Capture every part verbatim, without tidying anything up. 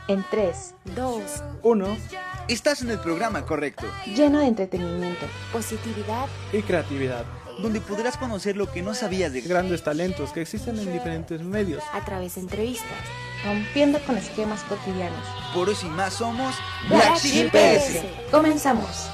En tres, dos, uno. Estás en el programa correcto, lleno de entretenimiento, positividad Y creatividad. donde podrás conocer lo que no sabías de Grandes talentos que existen en diferentes medios. a través de entrevistas. rompiendo con esquemas cotidianos. Por eso y más somos Black Black Sheep Sheep P P S. S. Comenzamos.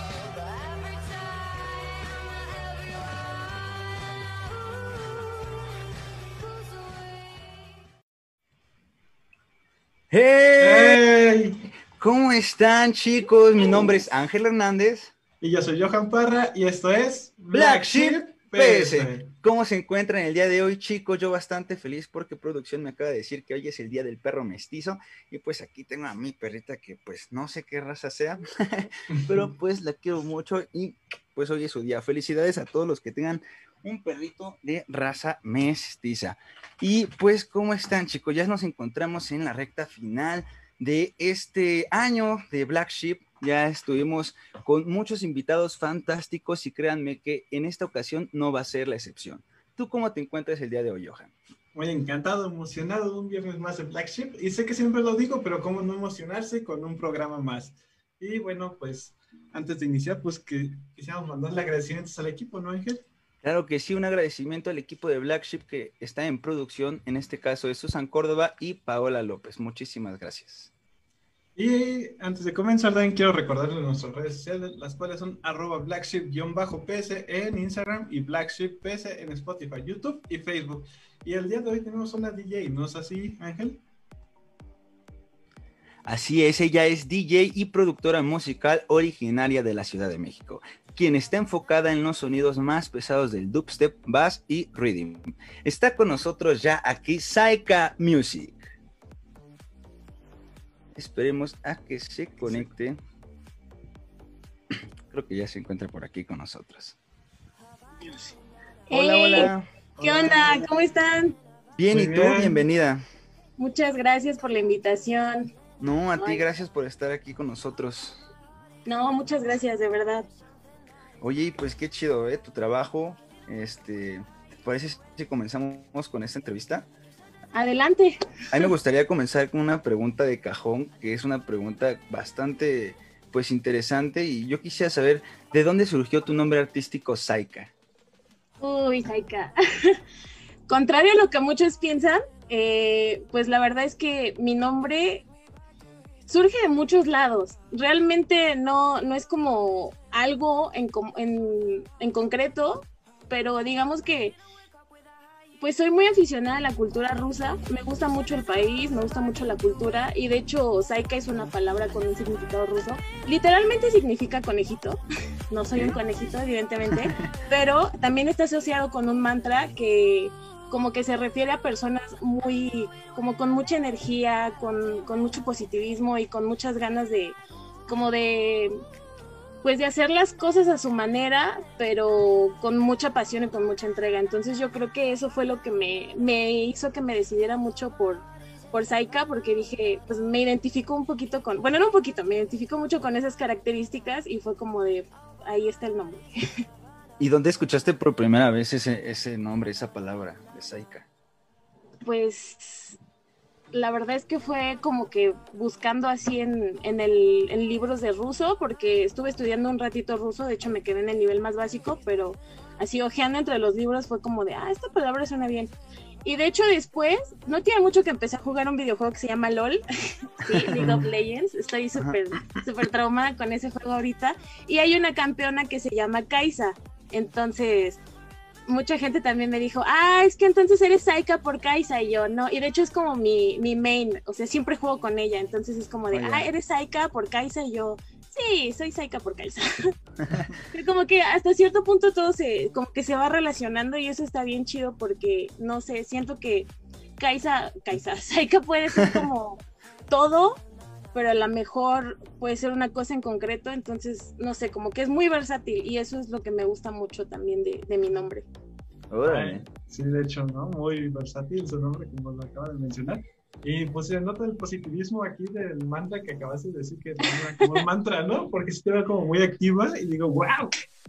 ¡Hey! ¡Hey! ¿Cómo están, chicos? Mi nombre es Ángel Hernández. Y yo soy Johan Parra y esto es Black Sheep P S. ¿Cómo se encuentran el día de hoy, chicos? Yo bastante feliz porque producción me acaba de decir que hoy es el día del perro mestizo y pues aquí tengo a mi perrita que pues no sé qué raza sea, pero pues la quiero mucho y pues hoy es su día. Felicidades a todos los que tengan un perrito de raza mestiza. Y pues, ¿cómo están, chicos? Ya nos encontramos en la recta final de este año de Black Sheep. Ya estuvimos con muchos invitados fantásticos y créanme que en esta ocasión no va a ser la excepción. ¿Tú cómo te encuentras el día de hoy, Johan? Muy encantado, emocionado de un viernes más de Black Sheep. Y sé que siempre lo digo, pero cómo no emocionarse con un programa más. Y bueno, pues antes de iniciar, pues que quisiéramos mandarle agradecimientos al equipo, ¿no, Ángel? Claro que sí, un agradecimiento al equipo de Black Sheep que está en producción. En este caso es Susan Córdoba y Paola López. Muchísimas gracias. Y antes de comenzar, también quiero recordarles nuestras redes sociales, las cuales son arroba blacksheep-P S en Instagram y blacksheep P S en Spotify, YouTube y Facebook. Y el día de hoy tenemos una D J, ¿no es así, Ángel? Así es, ella es D J y productora musical originaria de la Ciudad de México, quien está enfocada en los sonidos más pesados del dubstep, bass y rhythm. Está con nosotros ya aquí Saika Music. Esperemos a que se conecte. Creo que ya se encuentra por aquí con nosotros. Hola, Hey, hola. ¿qué onda? ¿Cómo están? Bien, Muy ¿y tú? bien. Bienvenida. Muchas gracias por la invitación. No, a ti Ay. gracias por estar aquí con nosotros. No, muchas gracias, de verdad. Oye, pues qué chido, ¿eh? Tu trabajo. Este, ¿te parece si comenzamos con esta entrevista? Adelante. A mí me gustaría comenzar con una pregunta de cajón, que es una pregunta bastante, pues, interesante, y yo quisiera saber, ¿de dónde surgió tu nombre artístico Saika? Uy, Saika. Contrario a lo que muchos piensan, eh, pues la verdad es que mi nombre surge de muchos lados. Realmente no, no es como algo en, com- en, en concreto, pero digamos que pues soy muy aficionada a la cultura rusa, me gusta mucho el país, me gusta mucho la cultura y de hecho Saika es una palabra con un significado ruso. Literalmente significa conejito, no soy un conejito evidentemente, pero también está asociado con un mantra que como que se refiere a personas muy, como con mucha energía, con, con mucho positivismo y con muchas ganas de, como de... pues de hacer las cosas a su manera, pero con mucha pasión y con mucha entrega. Entonces yo creo que eso fue lo que me, me hizo que me decidiera mucho por, por Saika, porque dije, pues me identifico un poquito con, bueno, no un poquito, me identifico mucho con esas características y fue como de, ahí está el nombre. ¿Y dónde escuchaste por primera vez ese, ese nombre, esa palabra de Saika? Pues la verdad es que fue como que buscando así en, en, el, en libros de ruso, porque estuve estudiando un ratito ruso, de hecho me quedé en el nivel más básico, pero así hojeando entre los libros fue como de, ah, esta palabra suena bien. Y de hecho después, no tiene mucho que empecé a jugar un videojuego que se llama LOL, sí, League of Legends, estoy súper súper traumada con ese juego ahorita, y hay una campeona que se llama Kaisa, entonces mucha gente también me dijo, ah, es que entonces eres Saika por Kaisa, y yo, no, y de hecho es como mi, mi main, o sea, siempre juego con ella, entonces es como de, Oye. ah, eres Saika por Kaisa, y yo, sí, soy Saika por Kaisa. Pero como que hasta cierto punto todo se, como que se va relacionando y eso está bien chido porque, no sé, siento que Kaisa, Kaisa, Saika puede ser como todo, pero a lo mejor puede ser una cosa en concreto, entonces, no sé, como que es muy versátil y eso es lo que me gusta mucho también de, de mi nombre. Órale. Sí, de hecho, ¿no? Muy versátil su nombre, como lo acaba de mencionar. Y pues se nota el positivismo aquí del mantra que acabas de decir, que es como un mantra, ¿no? Porque se te ve como muy activa y digo, wow.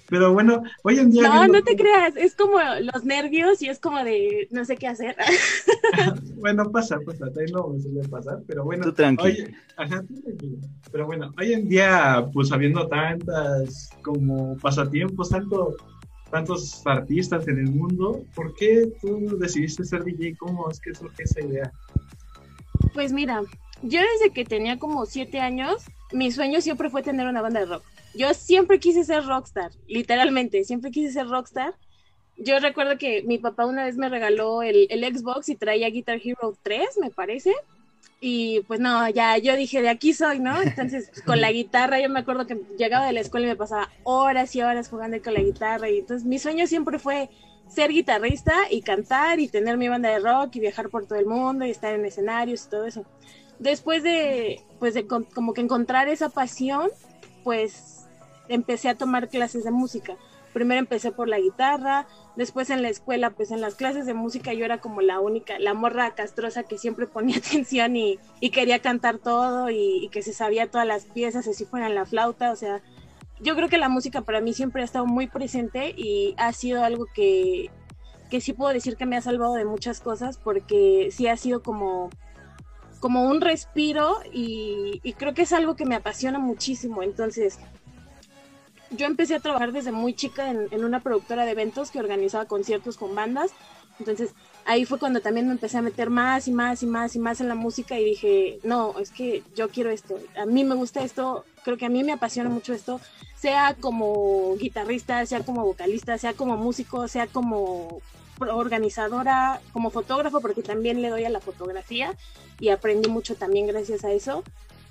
Pero bueno, hoy en día... No, no te creas, es como los nervios y es como de no sé qué hacer. Bueno, pasa, pasa, también no me suele pasar, pero bueno. Tú tranquilo. Oye, ajá, tú tranquilo. Pero bueno, hoy en día, pues habiendo tantas como pasatiempos, tanto, tantos artistas en el mundo, ¿por qué tú decidiste ser D J? ¿Cómo es que surge esa idea? Pues mira, yo desde que tenía como siete años, mi sueño siempre fue tener una banda de rock. Yo siempre quise ser rockstar, literalmente, siempre quise ser rockstar. Yo recuerdo que mi papá una vez me regaló el, el Xbox y traía Guitar Hero tres, me parece. Y pues no, ya yo dije, de aquí soy, ¿no? Entonces, con la guitarra, yo me acuerdo que llegaba de la escuela y me pasaba horas y horas jugando con la guitarra. Y entonces mi sueño siempre fue ser guitarrista y cantar y tener mi banda de rock y viajar por todo el mundo y estar en escenarios y todo eso. Después de, pues de como que encontrar esa pasión, pues empecé a tomar clases de música. Primero empecé por la guitarra, después en la escuela, pues en las clases de música yo era como la única, la morra castrosa que siempre ponía atención y, y quería cantar todo y, y que se sabía todas las piezas, así fueran la flauta. O sea, yo creo que la música para mí siempre ha estado muy presente y ha sido algo que, que sí puedo decir que me ha salvado de muchas cosas, porque sí ha sido como, como un respiro y, y creo que es algo que me apasiona muchísimo. Entonces, yo empecé a trabajar desde muy chica en, en una productora de eventos que organizaba conciertos con bandas. Entonces ahí fue cuando también me empecé a meter más y más y más y más en la música y dije, no, es que yo quiero esto, a mí me gusta esto, creo que a mí me apasiona mucho esto, sea como guitarrista, sea como vocalista, sea como músico, sea como organizadora, como fotógrafo, porque también le doy a la fotografía y aprendí mucho también gracias a eso.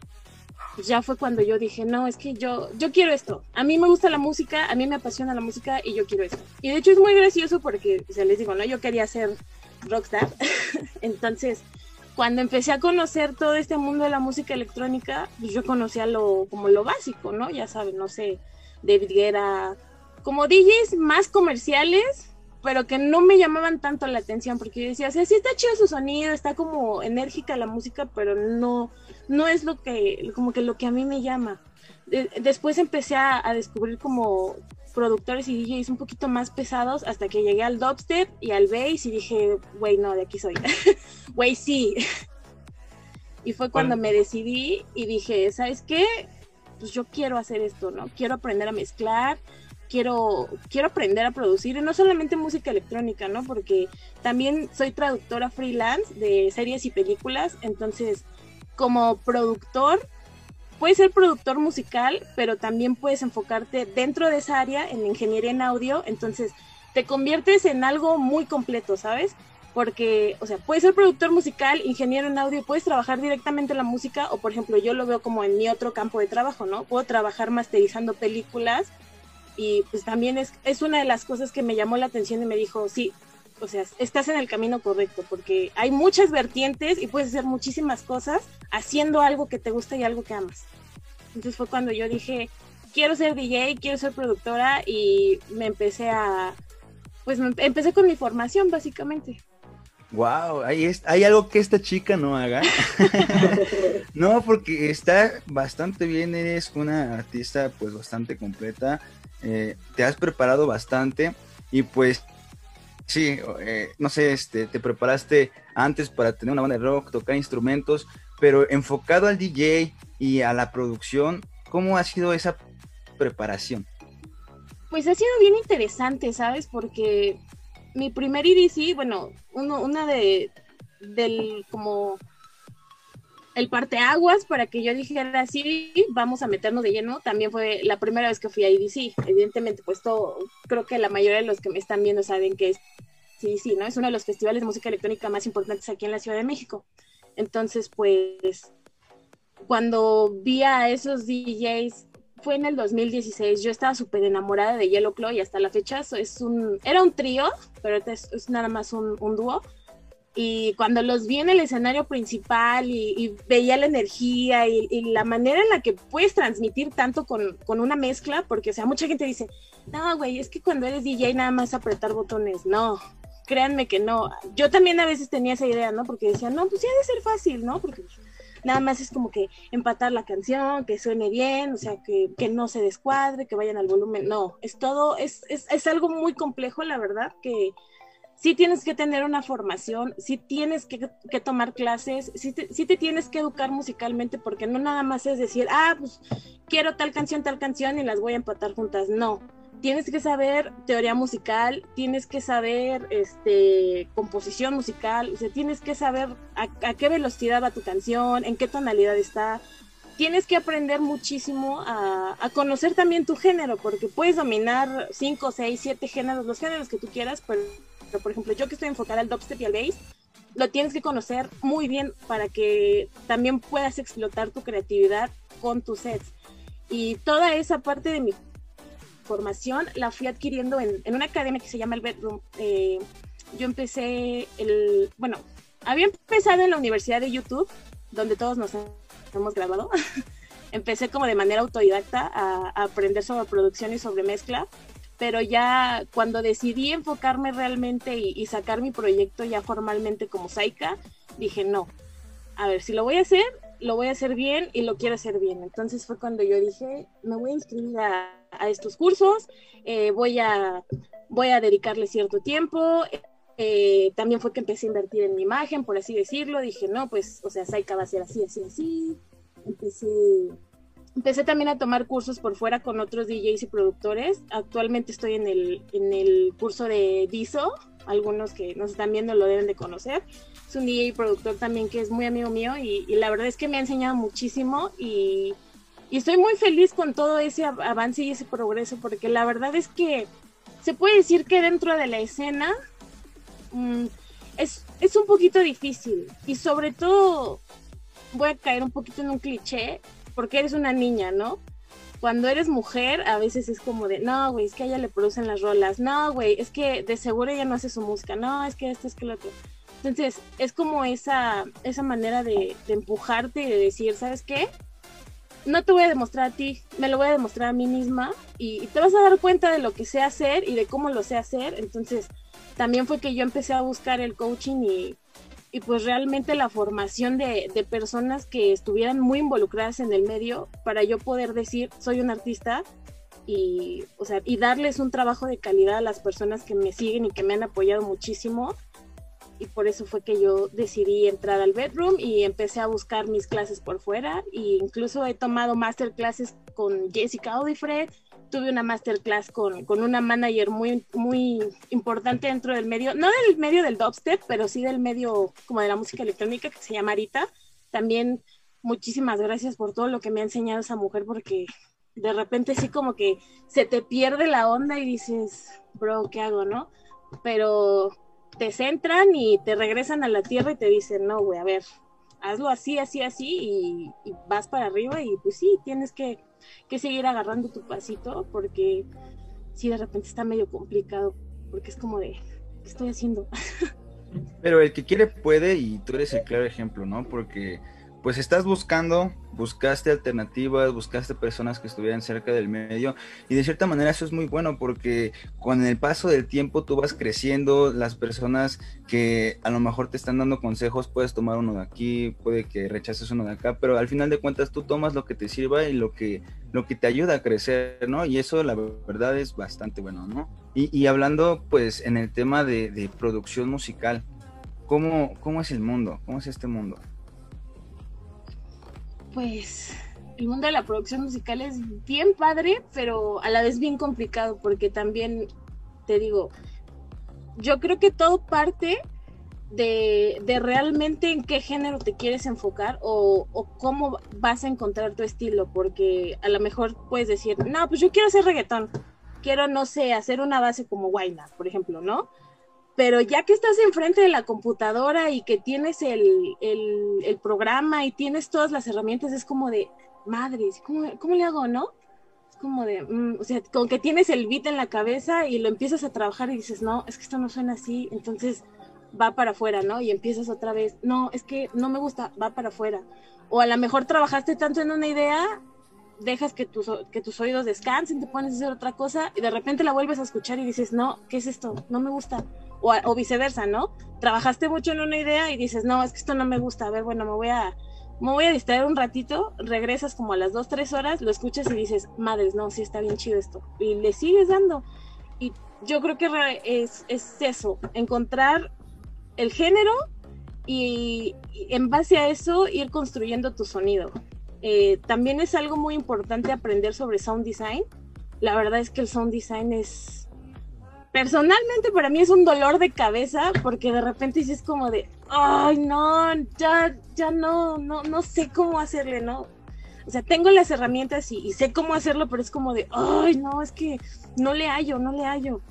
Ya fue cuando yo dije, no, es que yo, yo quiero esto. A mí me gusta la música, a mí me apasiona la música y yo quiero esto. Y de hecho es muy gracioso porque, o sea, les digo, ¿no? Yo quería ser rockstar. Entonces, cuando empecé a conocer todo este mundo de la música electrónica, pues yo conocía lo, como lo básico, ¿no? Ya saben, no sé, David Guetta, como D Js más comerciales, pero que no me llamaban tanto la atención, porque yo decía, o sea, sí está chido su sonido, está como enérgica la música, pero no, no es lo que, como que lo que a mí me llama. De, después empecé a, a descubrir como productores y D Js un poquito más pesados, hasta que llegué al dubstep y al bass y dije, güey, no, de aquí soy, güey, sí. Y fue cuando me decidí y dije, ¿sabes qué? Pues yo quiero hacer esto, ¿no? Quiero aprender a mezclar, Quiero, quiero aprender a producir, y no solamente música electrónica, ¿no? Porque también soy traductora freelance de series y películas, entonces como productor, puedes ser productor musical, pero también puedes enfocarte dentro de esa área en ingeniería en audio, entonces te conviertes en algo muy completo, ¿sabes? Porque, o sea, puedes ser productor musical, ingeniero en audio, puedes trabajar directamente en la música, o por ejemplo, yo lo veo como en mi otro campo de trabajo, ¿no? Puedo trabajar masterizando películas. Y pues también es, es una de las cosas que me llamó la atención y me dijo, sí, o sea, estás en el camino correcto, porque hay muchas vertientes y puedes hacer muchísimas cosas haciendo algo que te gusta y algo que amas. Entonces fue cuando yo dije, quiero ser D J, quiero ser productora, y me empecé a, pues me empecé con mi formación básicamente. Wow, hay, es, hay algo que esta chica no haga. No, porque está bastante bien, eres una artista pues bastante completa, eh, te has preparado bastante y pues sí, eh, no sé, este, te preparaste antes para tener una banda de rock, tocar instrumentos, pero enfocado al D J y a la producción, ¿cómo ha sido esa preparación? Pues ha sido bien interesante, ¿sabes? Porque mi primer E D C, bueno, uno, una de, del, como, el parteaguas para que yo dijera, sí, vamos a meternos de lleno, también fue la primera vez que fui a E D C. Evidentemente, pues todo, creo que la mayoría de los que me están viendo saben que es, sí, sí, ¿no? Es uno de los festivales de música electrónica más importantes aquí en la Ciudad de México. Entonces, pues, cuando vi a esos D Js, fue en el dos mil dieciséis, yo estaba súper enamorada de Yellow Claw y hasta la fecha es un, era un trío, pero es, es nada más un, un dúo. Y cuando los vi en el escenario principal y, y veía la energía y, y la manera en la que puedes transmitir tanto con, con una mezcla, porque o sea, mucha gente dice, no, güey, es que cuando eres D J nada más apretar botones. No, créanme que no. Yo también a veces tenía esa idea, ¿no? Porque decía, no, pues sí ha de ser fácil, ¿no? Porque nada más es como que empatar la canción, que suene bien, o sea, que, que no se descuadre, que vayan al volumen, no, es todo, es, es, es algo muy complejo, la verdad, que sí tienes que tener una formación, sí tienes que, que tomar clases, sí te, sí te tienes que educar musicalmente, porque no nada más es decir, ah, pues quiero tal canción, tal canción y las voy a empatar juntas, no. Tienes que saber teoría musical, tienes que saber este, composición musical, o sea, tienes que saber a, a qué velocidad va tu canción, en qué tonalidad está. Tienes que aprender muchísimo a, a conocer también tu género, porque puedes dominar cinco, seis, siete géneros, los géneros que tú quieras, pero, pero por ejemplo, yo que estoy enfocada al dubstep y al bass, lo tienes que conocer muy bien para que también puedas explotar tu creatividad con tus sets. Y toda esa parte de mi formación la fui adquiriendo en, en una academia que se llama el Bedroom. Eh, yo empecé, el, bueno, había empezado en la Universidad de YouTube, donde todos nos hemos graduado. Empecé como de manera autodidacta a, a aprender sobre producción y sobre mezcla, pero ya cuando decidí enfocarme realmente y, y sacar mi proyecto ya formalmente como Saika, dije no, a ver, si lo voy a hacer, lo voy a hacer bien y lo quiero hacer bien. Entonces fue cuando yo dije, me voy a inscribir a, a estos cursos, eh, voy, a, voy a dedicarle cierto tiempo. Eh, también fue que empecé a invertir en mi imagen, por así decirlo. Dije, no, pues, o sea, Saika va a ser así, así, así. Empecé, empecé también a tomar cursos por fuera con otros D Js y productores. Actualmente estoy en el, en el curso de Diso. Algunos que nos están viendo lo deben de conocer. Es un D J y productor también que es muy amigo mío y, y la verdad es que me ha enseñado muchísimo y, y estoy muy feliz con todo ese avance y ese progreso, porque la verdad es que se puede decir que dentro de la escena mmm, es, es un poquito difícil y sobre todo voy a caer un poquito en un cliché porque eres una niña, ¿no? Cuando eres mujer, a veces es como de, no, güey, es que a ella le producen las rolas, no, güey, es que de seguro ella no hace su música, no, es que esto, es que lo otro. Entonces, es como esa, esa manera de, de empujarte y de decir, ¿sabes qué? No te voy a demostrar a ti, me lo voy a demostrar a mí misma y, y te vas a dar cuenta de lo que sé hacer y de cómo lo sé hacer. Entonces, también fue que yo empecé a buscar el coaching y, y pues realmente la formación de, de personas que estuvieran muy involucradas en el medio para yo poder decir, soy un artista y, o sea, y darles un trabajo de calidad a las personas que me siguen y que me han apoyado muchísimo. Y por eso fue que yo decidí entrar al Bedroom y empecé a buscar mis clases por fuera. E incluso he tomado masterclasses con Jessica Audifred. Tuve una masterclass con, con una manager muy, muy importante dentro del medio, no del medio del dubstep, pero sí del medio como de la música electrónica, que se llama Arita. También muchísimas gracias por todo lo que me ha enseñado esa mujer, porque de repente sí como que se te pierde la onda y dices, bro, ¿qué hago, no? Pero te centran y te regresan a la tierra y te dicen, no, güey, a ver, hazlo así, así, así y, y vas para arriba y pues sí, tienes que, que seguir agarrando tu pasito porque sí, de repente está medio complicado porque es como de, ¿qué estoy haciendo? Pero el que quiere puede y tú eres el claro ejemplo, ¿no? Porque pues estás buscando, buscaste alternativas, buscaste personas que estuvieran cerca del medio y de cierta manera eso es muy bueno porque con el paso del tiempo tú vas creciendo, las personas que a lo mejor te están dando consejos, puedes tomar uno de aquí, puede que rechaces uno de acá, pero al final de cuentas tú tomas lo que te sirva y lo que, lo que te ayuda a crecer, ¿no? Y eso la verdad es bastante bueno, ¿no? Y, y hablando pues en el tema de, de producción musical, ¿cómo, cómo es el mundo? ¿Cómo es este mundo? Pues el mundo de la producción musical es bien padre, pero a la vez bien complicado, porque también, te digo, yo creo que todo parte de, de realmente en qué género te quieres enfocar o, o cómo vas a encontrar tu estilo, porque a lo mejor puedes decir, no, pues yo quiero hacer reggaetón, quiero, no sé, hacer una base como Guayna, por ejemplo, ¿no? Pero ya que estás enfrente de la computadora y que tienes el, el, el programa y tienes todas las herramientas, es como de, madres, ¿cómo, cómo le hago, no? Es como de, mm, o sea, con que tienes el beat en la cabeza y lo empiezas a trabajar y dices, no, es que esto no suena así, entonces va para afuera, ¿no? Y empiezas otra vez, no, es que no me gusta, va para afuera. O a lo mejor trabajaste tanto en una idea, dejas que tus, que tus oídos descansen, te pones a hacer otra cosa y de repente la vuelves a escuchar y dices, no, ¿qué es esto? No me gusta. O, o viceversa, ¿no? Trabajaste mucho en una idea y dices, no, es que esto no me gusta, a ver, bueno, me voy a, me voy a distraer un ratito, regresas como a las dos, tres horas, lo escuchas y dices, madres, no, sí está bien chido esto, y le sigues dando. Y yo creo que es, es eso, encontrar el género y, y en base a eso ir construyendo tu sonido. Eh, también es algo muy importante aprender sobre sound design. La verdad es que el sound design es, personalmente para mí es un dolor de cabeza, porque de repente dices como de, ay no, ya, ya no, no, no sé cómo hacerle, ¿no? O sea, tengo las herramientas y, y sé cómo hacerlo, pero es como de, ay no, es que no le hallo, no le hallo.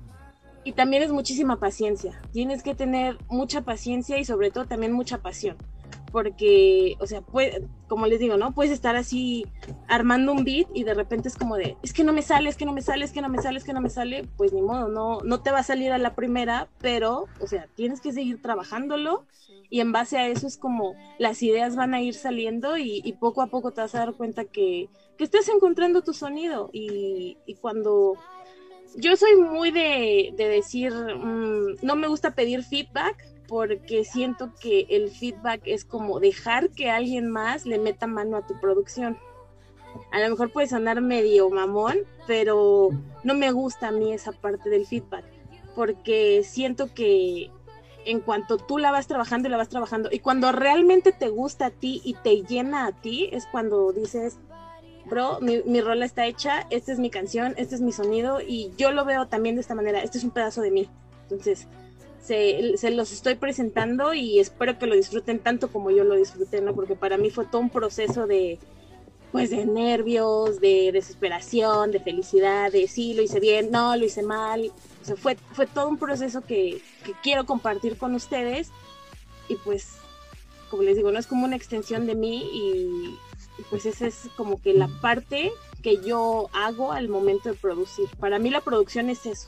Y también es muchísima paciencia. Tienes que tener mucha paciencia y sobre todo también mucha pasión. Porque, o sea, puede, como les digo, ¿no? Puedes estar así armando un beat y de repente es como de, es que no me sale, es que no me sale, es que no me sale, es que no me sale. Pues ni modo, no, no te va a salir a la primera, pero, o sea, tienes que seguir trabajándolo y en base a eso es como las ideas van a ir saliendo y, y poco a poco te vas a dar cuenta que, que estás encontrando tu sonido. Y, y cuando... Yo soy muy de, de decir, mmm, no me gusta pedir feedback, porque siento que el feedback es como dejar que alguien más le meta mano a tu producción. A lo mejor puede sonar medio mamón, pero no me gusta a mí esa parte del feedback, porque siento que en cuanto tú la vas trabajando y la vas trabajando, y cuando realmente te gusta a ti y te llena a ti, es cuando dices, bro, mi, mi rola está hecha, esta es mi canción, este es mi sonido, y yo lo veo también de esta manera, este es un pedazo de mí. Entonces, Se, se los estoy presentando y espero que lo disfruten tanto como yo lo disfruté, ¿no? Porque para mí fue todo un proceso de, pues, de nervios, de desesperación, de felicidad, de sí, lo hice bien, no, lo hice mal. O sea, fue, fue todo un proceso que, que quiero compartir con ustedes y pues, como les digo, no es como una extensión de mí y, y pues esa es como que la parte que yo hago al momento de producir. Para mí la producción es eso.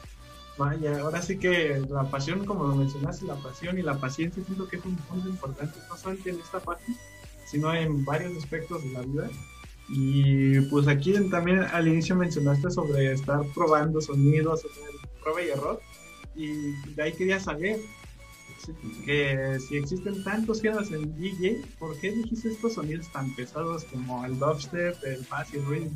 Vaya, ahora sí que la pasión, como lo mencionaste, la pasión y la paciencia siento que es un punto importante, no solamente en esta parte, sino en varios aspectos de la vida. Y pues aquí también al inicio mencionaste sobre estar probando sonidos, sobre prueba y error, y de ahí quería saber que si existen tantos géneros en D J, ¿por qué dijiste estos sonidos tan pesados como el dubstep, el bass y el rhythm?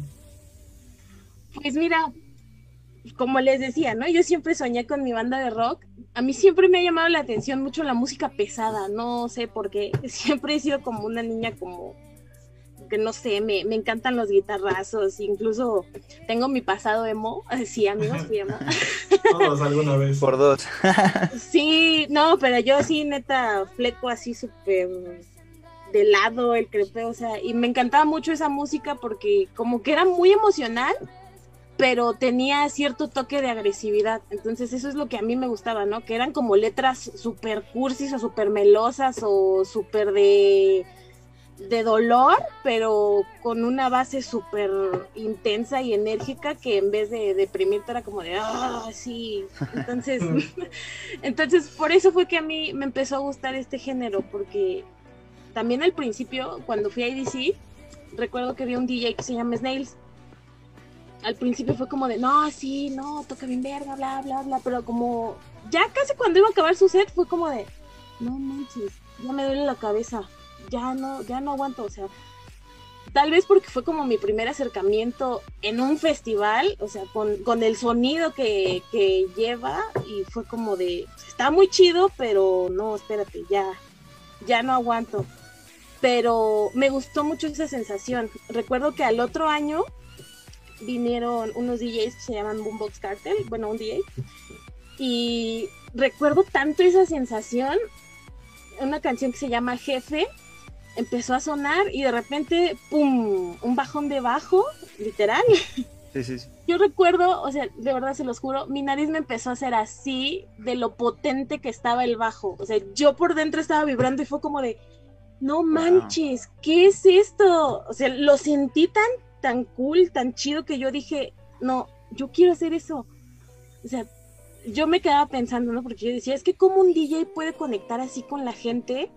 Pues mira, como les decía, ¿no? Yo siempre soñé con mi banda de rock. A mí siempre me ha llamado la atención mucho la música pesada, no sé por qué. Siempre he sido como una niña como que no sé, me, me encantan los guitarrazos, incluso tengo mi pasado emo. Sí, amigos, fui emo. Todos alguna vez. Por dos. Sí, no, pero yo sí, neta, fleco así súper de lado el crepeo, o sea, y me encantaba mucho esa música porque como que era muy emocional, pero tenía cierto toque de agresividad. Entonces eso es lo que a mí me gustaba, ¿no? Que eran como letras súper cursis o súper melosas o súper de, de dolor, pero con una base súper intensa y enérgica que en vez de deprimirte era como de, ah, sí. Entonces, entonces por eso fue que a mí me empezó a gustar este género, porque también al principio, cuando fui a I D C, recuerdo que vi un D J que se llama Snails. Al principio fue como de, no, sí, no, toca bien verga, bla, bla, bla, pero como ya casi cuando iba a acabar su set fue como de, no manches, ya me duele la cabeza, ya no, ya no aguanto, o sea, tal vez porque fue como mi primer acercamiento en un festival, o sea, con, con el sonido que, que lleva, y fue como de, está muy chido, pero no, espérate, ya, ya no aguanto, pero me gustó mucho esa sensación. Recuerdo que al otro año vinieron unos D Js que se llaman Boombox Cartel, bueno, un D J, y recuerdo tanto esa sensación. Una canción que se llama Jefe empezó a sonar y de repente, pum, un bajón de bajo, literal. Sí, sí, sí. Yo recuerdo, o sea, de verdad se los juro, mi nariz me empezó a hacer así de lo potente que estaba el bajo. O sea, yo por dentro estaba vibrando y fue como de, no manches, ¿qué es esto? O sea, lo sentí tan tan cool, tan chido, que yo dije, no, yo quiero hacer eso. O sea, yo me quedaba pensando, ¿no? Porque yo decía, es que cómo un D J puede conectar así con la gente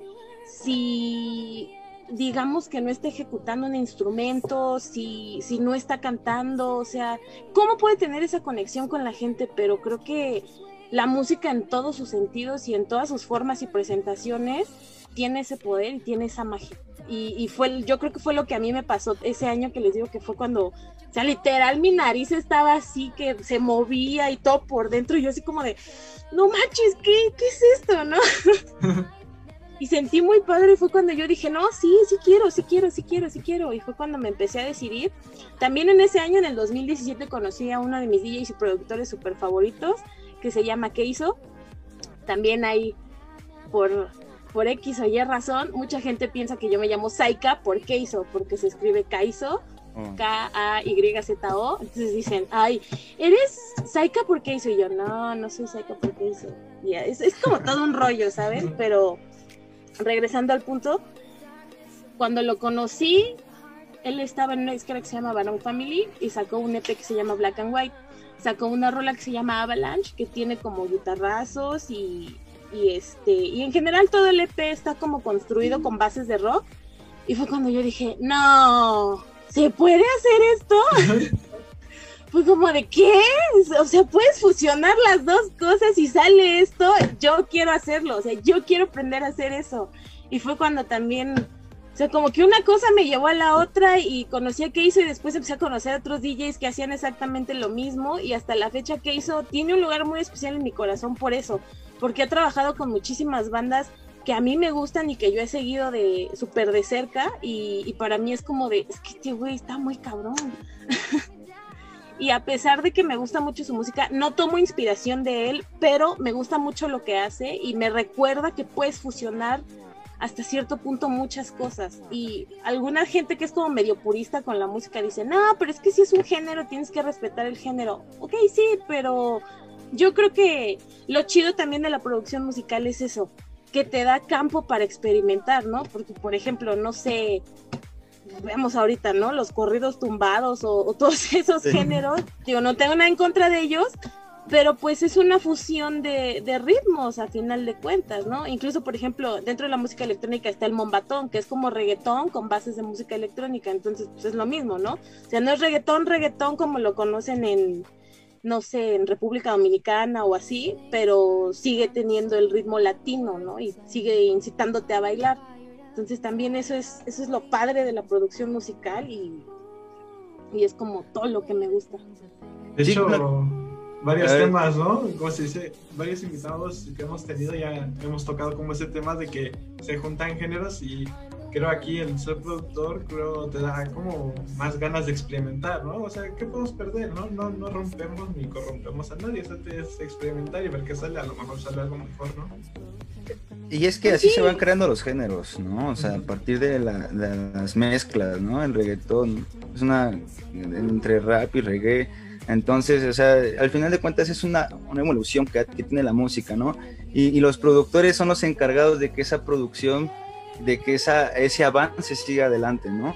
si, digamos, que no está ejecutando un instrumento, si, si no está cantando, o sea, ¿cómo puede tener esa conexión con la gente? Pero creo que la música en todos sus sentidos y en todas sus formas y presentaciones tiene ese poder y tiene esa magia. Y, y fue, yo creo que fue lo que a mí me pasó ese año que les digo que fue cuando, o sea, literal mi nariz estaba así, que se movía y todo por dentro, y yo así como de, no manches, ¿qué, qué es esto, no? Y sentí muy padre, y fue cuando yo dije, no, sí, sí quiero, sí quiero, sí quiero, sí quiero, y fue cuando me empecé a decidir. También en ese año, en el dos mil diecisiete, conocí a uno de mis D Js y productores súper favoritos, que se llama Keizo. También hay, por... por X o Y razón, mucha gente piensa que yo me llamo Saika por Keizo, porque se escribe Kaizo, oh. K A Y Z O, entonces dicen, ay, ¿eres Saika por Keizo? Y yo, no, no soy Saika por Keizo. Yeah, es, es como todo un rollo, ¿saben? Pero, regresando al punto, cuando lo conocí, él estaba en una disquera que se llama Barón Family, y sacó un E P que se llama Black and White, sacó una rola que se llama Avalanche, que tiene como guitarrazos y... y este y en general todo el E P está como construido con bases de rock, y fue cuando yo dije, no, ¿se puede hacer esto? Fue como de, ¿qué? O sea, puedes fusionar las dos cosas y sale esto, yo quiero hacerlo, o sea, yo quiero aprender a hacer eso. Y fue cuando también, o sea, como que una cosa me llevó a la otra, y conocí a Keizo, y después empecé a conocer a otros D Js que hacían exactamente lo mismo, y hasta la fecha Keizo tiene un lugar muy especial en mi corazón por eso, porque he trabajado con muchísimas bandas que a mí me gustan y que yo he seguido de súper de cerca, y, y para mí es como de, es que este güey está muy cabrón. Y a pesar de que me gusta mucho su música, no tomo inspiración de él, pero me gusta mucho lo que hace, y me recuerda que puedes fusionar hasta cierto punto muchas cosas. Y alguna gente que es como medio purista con la música dice, no, pero es que si es un género, tienes que respetar el género. Ok, sí, pero... yo creo que lo chido también de la producción musical es eso, que te da campo para experimentar, ¿no? Porque, por ejemplo, no sé, vemos ahorita, ¿no? Los corridos tumbados o, o todos esos sí. géneros, digo, no tengo nada en contra de ellos, pero pues es una fusión de, de ritmos a final de cuentas, ¿no? Incluso, por ejemplo, dentro de la música electrónica está el mombatón, que es como reggaetón con bases de música electrónica, entonces pues es lo mismo, ¿no? O sea, no es reggaetón, reggaetón como lo conocen en... no sé, en República Dominicana o así, pero sigue teniendo el ritmo latino, ¿no? Y sigue incitándote a bailar. Entonces también eso es, eso es lo padre de la producción musical, y, y es como todo lo que me gusta. De hecho, Sí, varios A ver. temas, ¿no? Como se dice, varios invitados que hemos tenido ya hemos tocado como ese tema de que se juntan géneros, y creo aquí el ser productor, creo te da como más ganas de experimentar, ¿no? O sea, ¿qué podemos perder, no? No, no rompemos ni corrompemos a nadie, eso es experimentar y ver qué sale, a lo mejor sale algo mejor, ¿no? Y es que así sí. se van creando los géneros, ¿no? O sea, a partir de, la, de las mezclas, ¿no? El reggaetón es una... entre rap y reggae. Entonces, o sea, al final de cuentas es una, una evolución que, que tiene la música, ¿no? Y, y los productores son los encargados de que esa producción, de que esa, ese avance siga adelante, ¿no?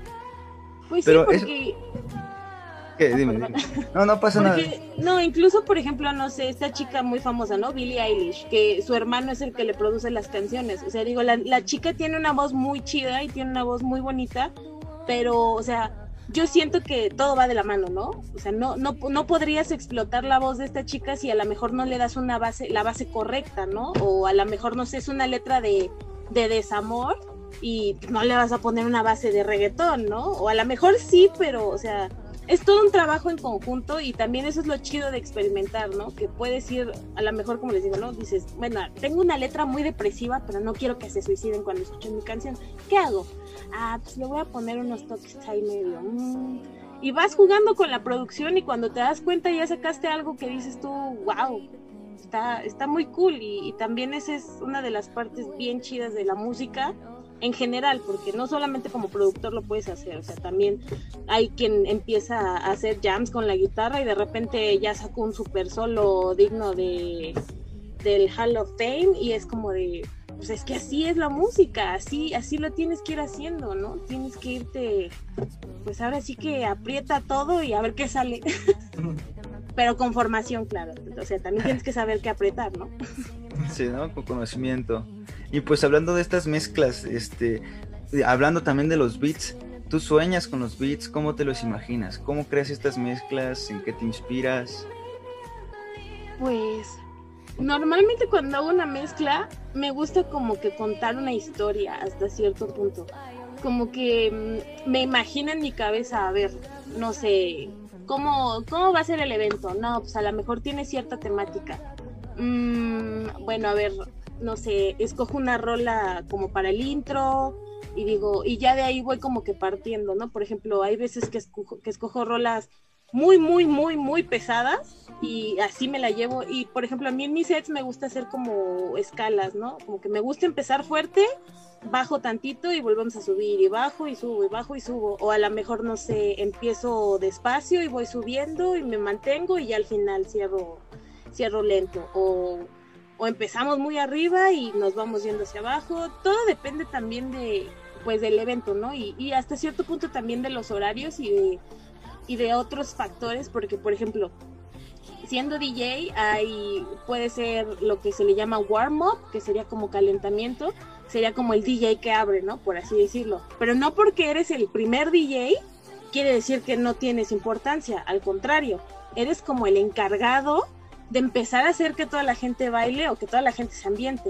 Pues Pero sí, es... porque... ¿Qué? Dime, dime. No, no pasa Porque, nada. no, incluso, por ejemplo, no sé, esta chica muy famosa, ¿no? Billie Eilish, que su hermano es el que le produce las canciones. O sea, digo, la, la chica tiene una voz muy chida y tiene una voz muy bonita, pero, o sea, yo siento que todo va de la mano, ¿no? O sea, no, no, no podrías explotar la voz de esta chica si a lo mejor no le das una base, la base correcta, ¿no? O a lo mejor, no sé, es una letra de, de desamor y no le vas a poner una base de reggaetón, ¿no? O a lo mejor sí, pero, o sea... es todo un trabajo en conjunto, y también eso es lo chido de experimentar, ¿no? Que puedes ir, a lo mejor, como les digo, ¿no? Dices, bueno, tengo una letra muy depresiva, pero no quiero que se suiciden cuando escuchen mi canción. ¿Qué hago? Ah, pues le voy a poner unos toques ahí medio... Mmm. Y vas jugando con la producción, y cuando te das cuenta ya sacaste algo que dices tú, wow, está, está muy cool. Y, y también esa es una de las partes bien chidas de la música, en general, porque no solamente como productor lo puedes hacer, o sea, también hay quien empieza a hacer jams con la guitarra y de repente ya sacó un super solo digno de del Hall of Fame, y es como de, pues es que así es la música, así, así lo tienes que ir haciendo, ¿no? Tienes que irte, pues ahora sí que aprieta todo y a ver qué sale. Pero con formación, claro, o sea, también tienes que saber qué apretar, ¿no? Sí, ¿no? Con conocimiento. Y pues hablando de estas mezclas, este, hablando también de los beats, ¿tú sueñas con los beats? ¿Cómo te los imaginas? ¿Cómo creas estas mezclas? ¿En qué te inspiras? Pues Normalmente cuando hago una mezcla, me gusta como que contar una historia hasta cierto punto. Como que mm, me imagino en mi cabeza, a ver, no sé, ¿cómo, cómo va a ser el evento? No, pues a lo mejor tiene cierta temática. Mm, bueno, a ver, no sé, escojo una rola como para el intro y digo, y ya de ahí voy como que partiendo, ¿no? Por ejemplo, hay veces que escojo, que escojo rolas muy, muy, muy, muy pesadas y así me la llevo. Y por ejemplo, a mí en mis sets me gusta hacer como escalas, ¿no? Como que me gusta empezar fuerte, bajo tantito y volvemos a subir, y bajo y subo, y bajo y subo. O a lo mejor, no sé, empiezo despacio y voy subiendo y me mantengo y ya al final cierro, cierro lento. O, o empezamos muy arriba y nos vamos yendo hacia abajo. Todo depende también de, pues, del evento, ¿no? Y, y hasta cierto punto también de los horarios y de y de otros factores, porque por ejemplo, siendo D J, hay, puede ser lo que se le llama warm-up, que sería como calentamiento, sería como el D J que abre, ¿no? Por así decirlo. Pero no porque eres el primer D J, quiere decir que no tienes importancia, al contrario, eres como el encargado de empezar a hacer que toda la gente baile o que toda la gente se ambiente.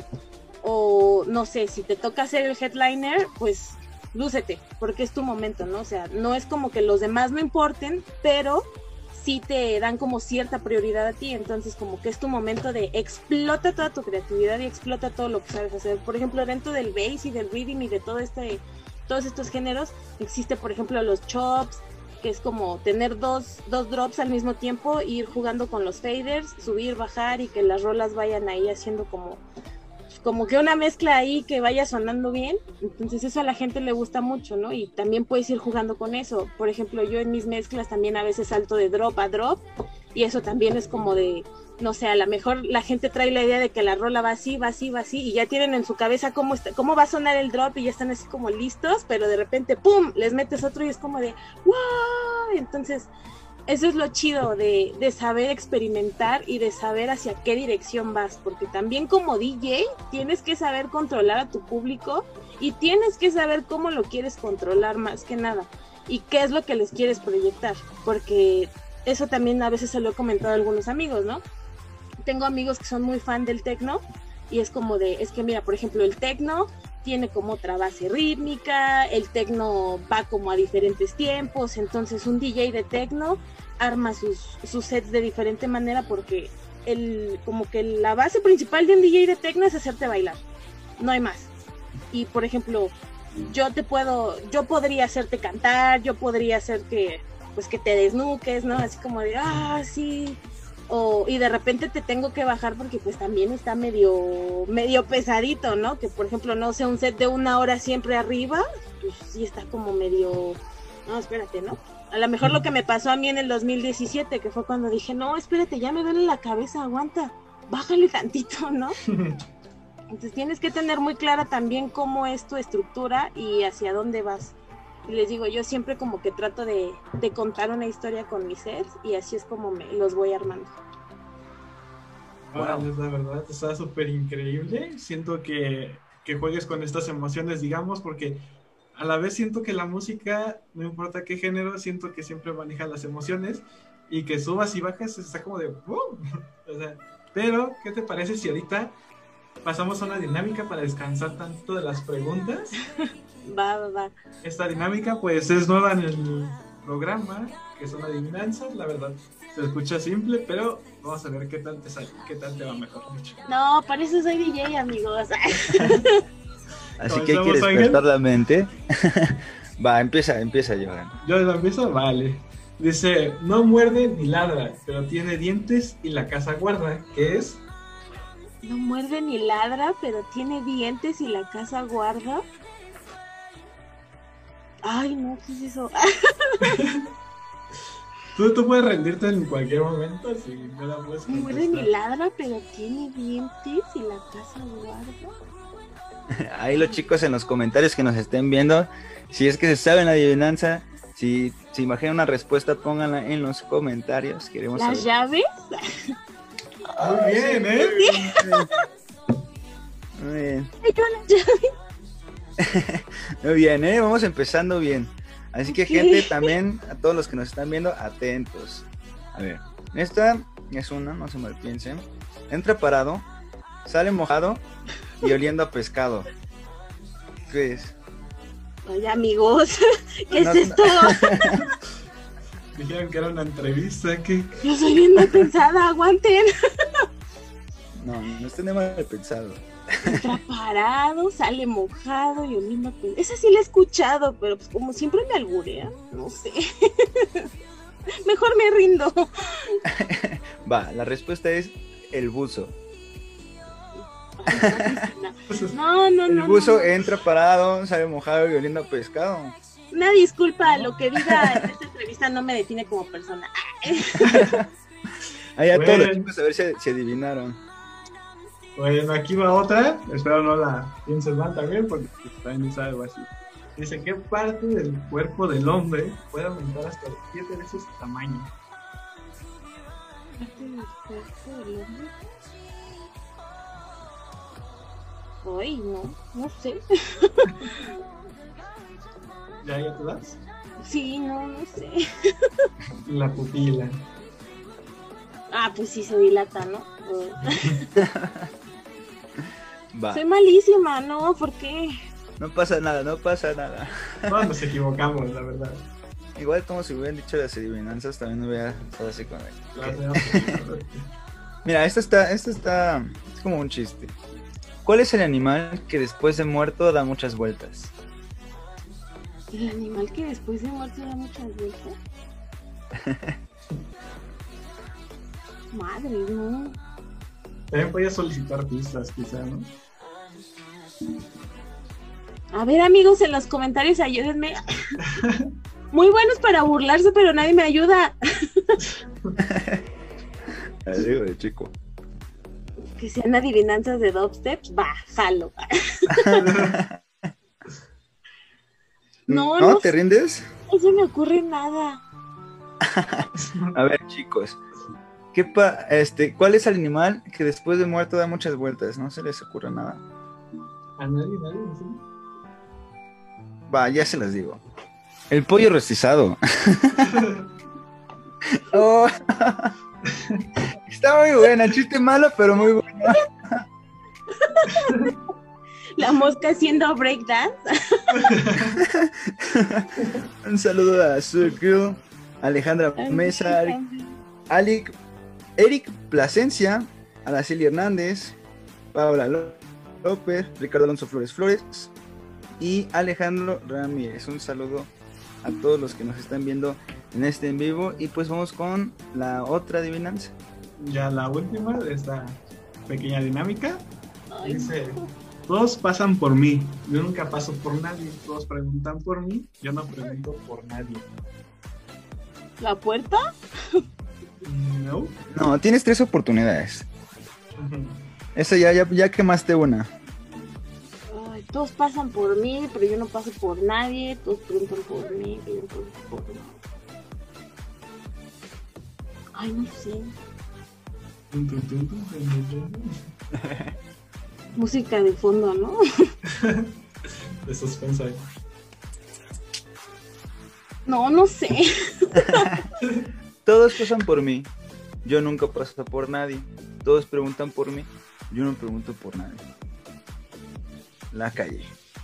O no sé, si te toca ser el headliner, pues lúcete, porque es tu momento, ¿no? O sea, no es como que los demás no importen, pero sí te dan como cierta prioridad a ti, entonces como que es tu momento de explota toda tu creatividad y explota todo lo que sabes hacer. Por ejemplo, dentro del bass y del rhythm y de todo este, todos estos géneros, existe por ejemplo los chops, que es como tener dos, dos drops al mismo tiempo, ir jugando con los faders, subir, bajar y que las rolas vayan ahí haciendo como como que una mezcla ahí que vaya sonando bien. Entonces eso a la gente le gusta mucho, ¿no? Y también puedes ir jugando con eso. Por ejemplo, yo en mis mezclas también a veces salto de drop a drop y eso también es como de, no sé, a lo mejor la gente trae la idea de que la rola va así, va así, va así y ya tienen en su cabeza cómo, está, cómo va a sonar el drop y ya están así como listos, pero de repente ¡pum!, les metes otro y es como de ¡wow! Entonces eso es lo chido de, de saber experimentar y de saber hacia qué dirección vas, porque también como D J tienes que saber controlar a tu público y tienes que saber cómo lo quieres controlar más que nada y qué es lo que les quieres proyectar, porque eso también a veces se lo he comentado a algunos amigos, ¿no? Tengo amigos que son muy fan del techno y es como de, es que mira, por ejemplo, el techno tiene como otra base rítmica, el techno va como a diferentes tiempos, entonces un D J de techno arma sus, sus sets de diferente manera porque el, como que la base principal de un D J de techno es hacerte bailar, no hay más. Y por ejemplo, yo te puedo, yo podría hacerte cantar, yo podría hacer que, pues que te desnuques, ¿no? Así como de, ah, sí... O, y de repente te tengo que bajar porque pues también está medio medio pesadito, ¿no? Que por ejemplo, no sé, un set de una hora siempre arriba, pues sí está como medio, no, espérate, ¿no? A lo mejor lo que me pasó a mí en el dos mil diecisiete, que fue cuando dije, no, espérate, ya me duele la cabeza, aguanta, bájale tantito, ¿no? Entonces tienes que tener muy clara también cómo es tu estructura y hacia dónde vas. Y les digo, yo siempre como que trato de, de contar una historia con mis sets y así es como me los voy armando. Wow, la verdad está súper increíble. Siento que, que juegues con estas emociones, digamos, porque a la vez siento que la música, no importa qué género, siento que siempre maneja las emociones y que subas y bajas está como de ¡boom! O sea, pero, ¿qué te parece si ahorita pasamos a una dinámica para descansar tanto de las preguntas? Va, va, va. Esta dinámica pues es nueva en el programa, que son adivinanzas, la verdad se escucha simple, pero vamos a ver qué tal te sale, qué tal te va, mejor dicho. No, para eso soy D J, amigos. Así que hay que despertar la mente. Va, empieza, empieza, Johan. ¿Yo la empiezo? Vale. Dice, no muerde ni ladra, pero tiene dientes y la casa guarda. ¿Qué es? No muerde ni ladra, pero tiene dientes y la casa guarda. Ay, no, ¿qué es eso? tú, tú puedes rendirte en cualquier momento, si no la puedes contestar. No muerde ni ladra, pero tiene dientes y la casa guarda. Ahí los chicos en los comentarios que nos estén viendo, si es que se saben la adivinanza, si se imaginan una respuesta, pónganla en los comentarios. Queremos ¿Las saber. llaves? Muy bien, ¿eh? Muy bien. Ay, yo las llaves. Muy bien, ¿eh? Vamos empezando bien. Así que, gente, también a todos los que nos están viendo, atentos. A ver, esta es una, no se me piensen. entra parado, sale mojado y oliendo a pescado. ¿Qué es? Oye, amigos, ¿qué No, es esto? Dijeron que era una entrevista, que Yo soy bien mal pensada, aguanten. No, no está nada mal pensado. Entra parado, sale mojado y oliendo a pe- Esa sí la he escuchado, pero pues como siempre me alburea, no sé. Mejor me rindo. Va, la respuesta es el buzo. No, no, El no. buzo no, no. entra parado, sale mojado y oliendo a pescado. Una disculpa, lo que diga en esta entrevista no me define como persona. Ahí a todos los Bueno. chicos a ver si, si adivinaron. Bueno, aquí va otra. Espero no la pienses mal también, porque pues, también es algo así. Dice, ¿qué parte del cuerpo del hombre puede aumentar hasta siete veces su tamaño? Ay, no, no sé. ¿Ya, ya te das? Sí, no, no sé. La pupila. Ah, pues sí se dilata, ¿no? Va, Soy malísima, ¿no? ¿Por qué? no pasa nada, no pasa nada. Todos nos equivocamos, la verdad. Igual como si hubieran dicho las adivinanzas, también hubiera estado así con él. Las de- Mira, esta está, esta está, es como un chiste. ¿Cuál es el animal que después de muerto da muchas vueltas? El animal que después de muerto da muchas vueltas. Madre, no. También podía solicitar pistas, quizá, ¿no? A ver, amigos, en los comentarios ayúdenme. Muy buenos para burlarse, pero nadie me ayuda. Te digo de chico. Que sean adivinanzas de dubstep, va, jalo. No, ¿No? no ¿Te sé. rindes? No se me ocurre nada. A ver, chicos. ¿Qué pa este, ¿Cuál es el animal que después de muerto da muchas vueltas? ¿No se les ocurre nada? A nadie, nadie, ¿sí? Va, ya se las digo. El pollo rostizado. Oh. Está muy buena, chiste malo, pero muy buena. La mosca haciendo breakdance. Un saludo a Circle, Alejandra Mesa, Alec, Eric Plasencia, Araceli Hernández, Paola López, Ricardo Alonso Flores Flores y Alejandro Ramírez. Un saludo a todos los que nos están viendo en este en vivo. Y pues vamos con la otra adivinanza. Ya la última de esta pequeña dinámica. Ay, Dice, todos pasan por mí, yo nunca paso por nadie. Todos preguntan por mí, yo no pregunto por nadie. ¿la puerta? No. No, tienes tres oportunidades. Esa ya, ya, ya quemaste una. Ay, todos pasan por mí, pero yo no paso por nadie. Todos preguntan por mí, pero yo no pregunto por nadie. Ay, no sé. Música de fondo, ¿no? De suspenso ahí. No, no sé. Todos pasan por mí, yo nunca paso por nadie. Todos preguntan por mí, yo no pregunto por nadie. La calle.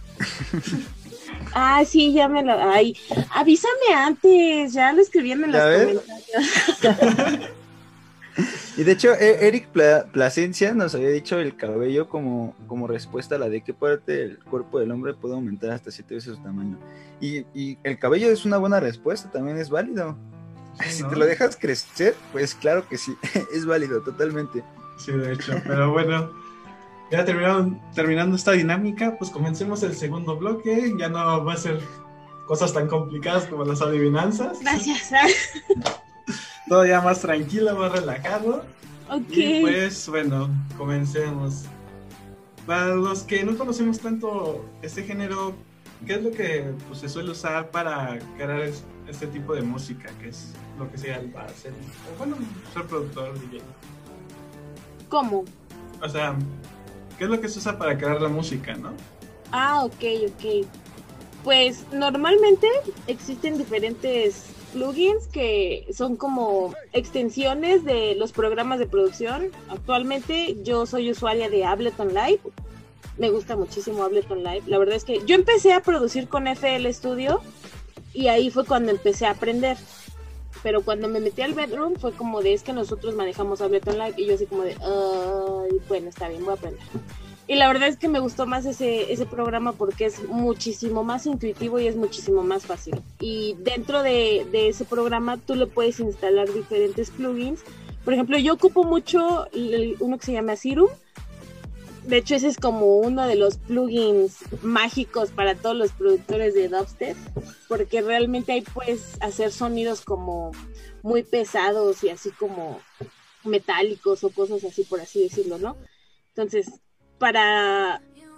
Ah, sí, ya me lo... Ay, avísame antes, ya lo escribían en los ¿Ya ves? comentarios. Y de hecho, e- Eric Pla- Plasencia nos había dicho el cabello como, como respuesta a la de qué parte del cuerpo del hombre puede aumentar hasta siete veces su tamaño. Y, y el cabello es una buena respuesta, también es válido. Sí, Si ¿no? te lo dejas crecer, pues claro que sí, es válido, totalmente. Sí, de hecho, pero bueno, ya terminaron, terminando esta dinámica, pues comencemos el segundo bloque. Ya no va a ser cosas tan complicadas como las adivinanzas. Gracias. Todo ya más tranquilo, más relajado. Ok. Y pues bueno, comencemos. Para los que no conocemos tanto este género, ¿qué es lo que pues, se suele usar para crear es- este tipo de música? Que es lo que sea para ser, o bueno, ser productor, D J. ¿Cómo? O sea, ¿qué es lo que se usa para crear la música, no? Ah, ok, ok. Pues normalmente existen diferentes plugins que son como extensiones de los programas de producción. Actualmente yo soy usuaria de Ableton Live. Me gusta muchísimo Ableton Live. La verdad es que yo empecé a producir con F L Studio y ahí fue cuando empecé a aprender. Pero cuando me metí al Bedroom fue como de, es que nosotros manejamos Ableton Live, y yo así como de, ay, bueno, está bien, voy a aprender. Y la verdad es que me gustó más ese, ese programa porque es muchísimo más intuitivo y es muchísimo más fácil. Y dentro de, de ese programa tú le puedes instalar diferentes plugins. Por ejemplo, yo ocupo mucho el, uno que se llama Serum. De hecho, ese es como uno de los plugins mágicos para todos los productores de dubstep, porque realmente ahí puedes hacer sonidos como muy pesados y así como metálicos o cosas así, por así decirlo, ¿no? Entonces, para...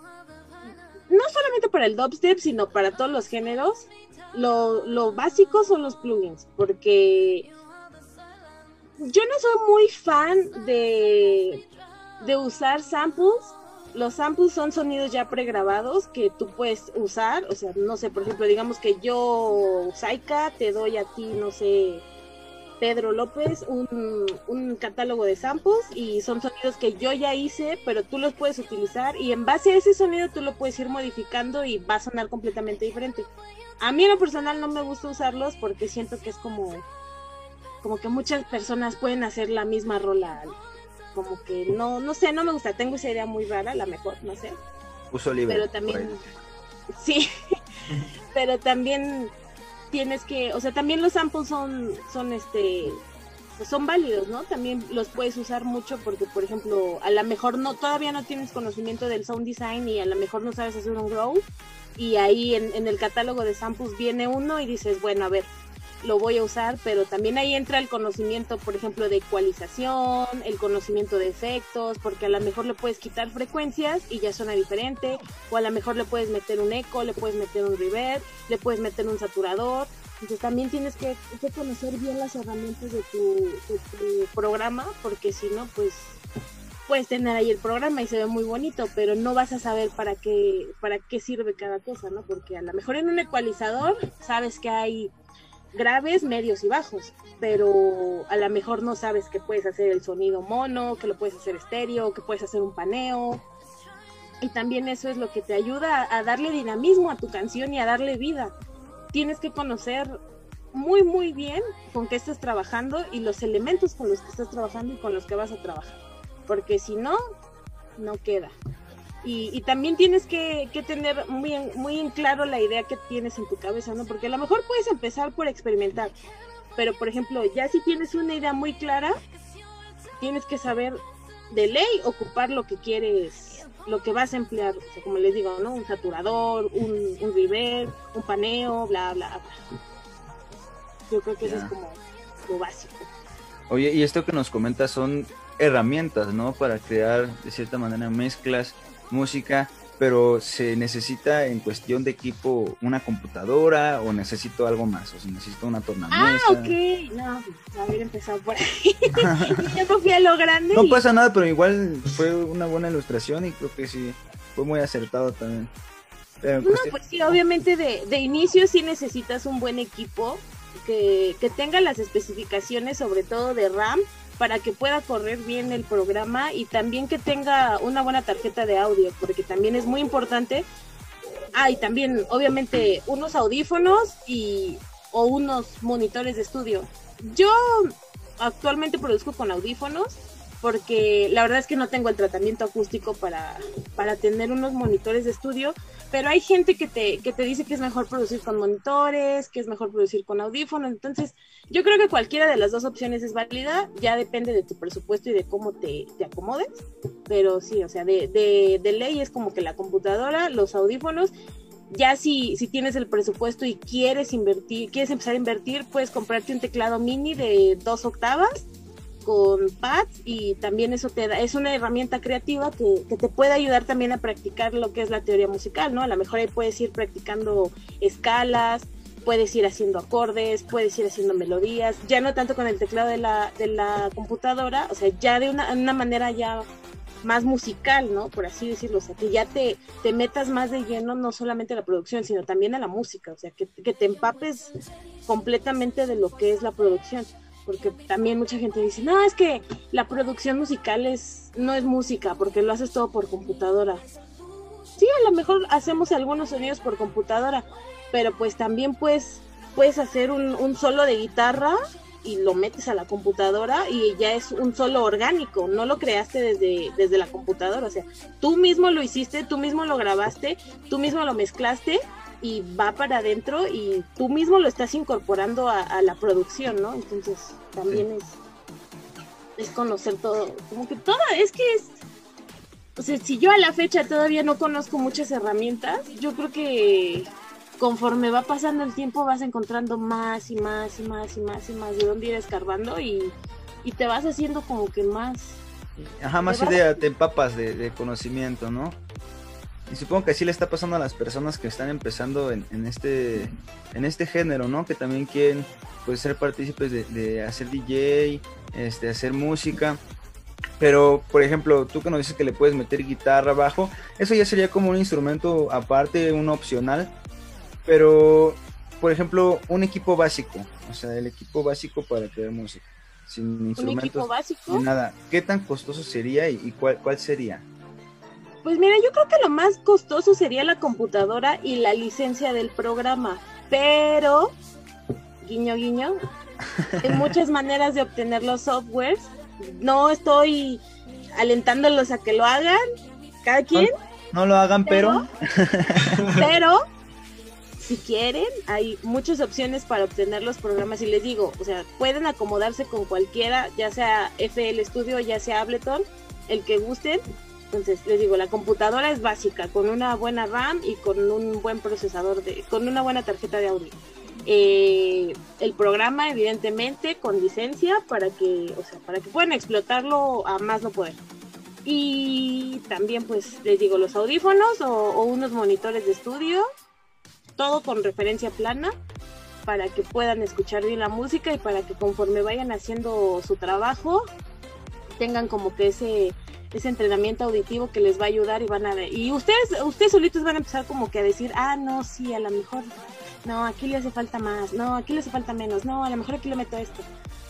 no solamente para el dubstep, sino para todos los géneros, lo, lo básico son los plugins, porque yo no soy muy fan de... de usar samples. Los samples son sonidos ya pregrabados que tú puedes usar, o sea, no sé, por ejemplo, digamos que yo, Saika, te doy a ti, no sé, Pedro López, un, un catálogo de samples, y son sonidos que yo ya hice, pero tú los puedes utilizar, y en base a ese sonido tú lo puedes ir modificando y va a sonar completamente diferente. A mí en lo personal no me gusta usarlos porque siento que es como, como que muchas personas pueden hacer la misma rola, como que no, no sé, no me gusta, tengo esa idea muy rara, la mejor, no sé. Uso libre. Pero también, sí, pero también tienes que, o sea, también los samples son, son este, pues son válidos, ¿no? También los puedes usar mucho porque, por ejemplo, a lo mejor no, todavía no tienes conocimiento del sound design y a lo mejor no sabes hacer un grow, y ahí en, en el catálogo de samples viene uno y dices, bueno, a ver, lo voy a usar, pero también ahí entra el conocimiento, por ejemplo, de ecualización, el conocimiento de efectos, porque a lo mejor le puedes quitar frecuencias y ya suena diferente, o a lo mejor le puedes meter un eco, le puedes meter un reverb, le puedes meter un saturador. Entonces también tienes que, que conocer bien las herramientas de tu, de tu programa, porque si no, pues puedes tener ahí el programa y se ve muy bonito, pero no vas a saber para qué, para qué sirve cada cosa, ¿no? Porque a lo mejor en un ecualizador sabes que hay graves, medios y bajos, pero a lo mejor no sabes que puedes hacer el sonido mono, que lo puedes hacer estéreo, que puedes hacer un paneo, y también eso es lo que te ayuda a darle dinamismo a tu canción y a darle vida. Tienes que conocer muy muy bien con qué estás trabajando y los elementos con los que estás trabajando y con los que vas a trabajar, porque si no, no queda. Y, y también tienes que, que tener muy en, muy en claro la idea que tienes en tu cabeza, ¿no? Porque a lo mejor puedes empezar por experimentar, pero por ejemplo, ya si tienes una idea muy clara, tienes que saber de ley ocupar lo que quieres, lo que vas a emplear, o sea, como les digo, ¿no? Un saturador, un, un reverb, un paneo, bla, bla, bla. Yo creo que ya. Eso es como lo básico. Oye, y esto que nos comentas son herramientas, ¿no? Para crear, de cierta manera, mezclas, música, pero se necesita en cuestión de equipo una computadora o necesito algo más, o se necesita una tornamesa. Ah, ok, no, haber empezado por ahí. Ya me fui a lo grande. No y... pasa nada, pero igual fue una buena ilustración y creo que sí, fue muy acertado también. Pero no, cuestión... pues sí, obviamente de, de inicio sí necesitas un buen equipo que, que tenga las especificaciones, sobre todo de RAM, para que pueda correr bien el programa, y también que tenga una buena tarjeta de audio, porque también es muy importante. Ah, y también obviamente unos audífonos y o unos monitores de estudio. Yo actualmente produzco con audífonos porque la verdad es que no tengo el tratamiento acústico para, para tener unos monitores de estudio, pero hay gente que te, que te dice que es mejor producir con monitores, que es mejor producir con audífonos. Entonces yo creo que cualquiera de las dos opciones es válida, ya depende de tu presupuesto y de cómo te, te acomodes, pero sí, o sea, de, de, de ley es como que la computadora, los audífonos. Ya si, si tienes el presupuesto y quieres invertir, quieres empezar a invertir, puedes comprarte un teclado mini de dos octavas con pads, y también eso te da, es una herramienta creativa que, que te puede ayudar también a practicar lo que es la teoría musical, ¿no? A lo mejor ahí puedes ir practicando escalas, puedes ir haciendo acordes, puedes ir haciendo melodías, ya no tanto con el teclado de la, de la computadora, o sea, ya de una, una manera ya más musical, ¿no? Por así decirlo, o sea, que ya te, te metas más de lleno, no solamente a la producción, sino también a la música, o sea, que, que te empapes completamente de lo que es la producción, porque también mucha gente dice, no, es que la producción musical es, no es música, porque lo haces todo por computadora. Sí, a lo mejor hacemos algunos sonidos por computadora, pero pues también puedes, puedes hacer un, un solo de guitarra y lo metes a la computadora y ya es un solo orgánico, no lo creaste desde, desde la computadora, o sea, tú mismo lo hiciste, tú mismo lo grabaste, tú mismo lo mezclaste y va para adentro y tú mismo lo estás incorporando a, a la producción, ¿no? Entonces también sí. es, es conocer todo, como que todo, es que es, o sea, si yo a la fecha todavía no conozco muchas herramientas, yo creo que conforme va pasando el tiempo vas encontrando más y más y más y más y más de dónde ir escarbando y, y te vas haciendo como que más... Ajá, más te idea, te empapas de, de conocimiento, ¿no? Y supongo que así le está pasando a las personas que están empezando en, en este en este género, ¿no? Que también quieren pues ser partícipes de, de hacer D J, este, hacer música. Pero, por ejemplo, tú que nos dices que le puedes meter guitarra, bajo, eso ya sería como un instrumento aparte, un opcional. Pero, por ejemplo, un equipo básico, o sea, el equipo básico para crear música, sin instrumentos, ¿un equipo básico? Sin nada, ¿qué tan costoso sería y, y cuál, cuál sería? Pues mira, yo creo que lo más costoso sería la computadora y la licencia del programa, pero, guiño, guiño, hay muchas maneras de obtener los softwares. No estoy alentándolos a que lo hagan, cada quien. No, no lo hagan, pero... Pero, pero, si quieren, hay muchas opciones para obtener los programas. Y les digo, o sea, pueden acomodarse con cualquiera, ya sea F L Studio, ya sea Ableton, el que gusten. Entonces, les digo, la computadora es básica, con una buena RAM y con un buen procesador, de, con una buena tarjeta de audio. Eh, el programa evidentemente con licencia para que, o sea, para que puedan explotarlo a más no poder. Y también pues les digo los audífonos o, o unos monitores de estudio, todo con referencia plana para que puedan escuchar bien la música y para que conforme vayan haciendo su trabajo tengan como que ese ese entrenamiento auditivo que les va a ayudar y van a ver, y ustedes ustedes solitos van a empezar como que a decir, ah no, sí, a lo mejor no, aquí le hace falta más, no, aquí le hace falta menos, no, a lo mejor aquí le meto esto.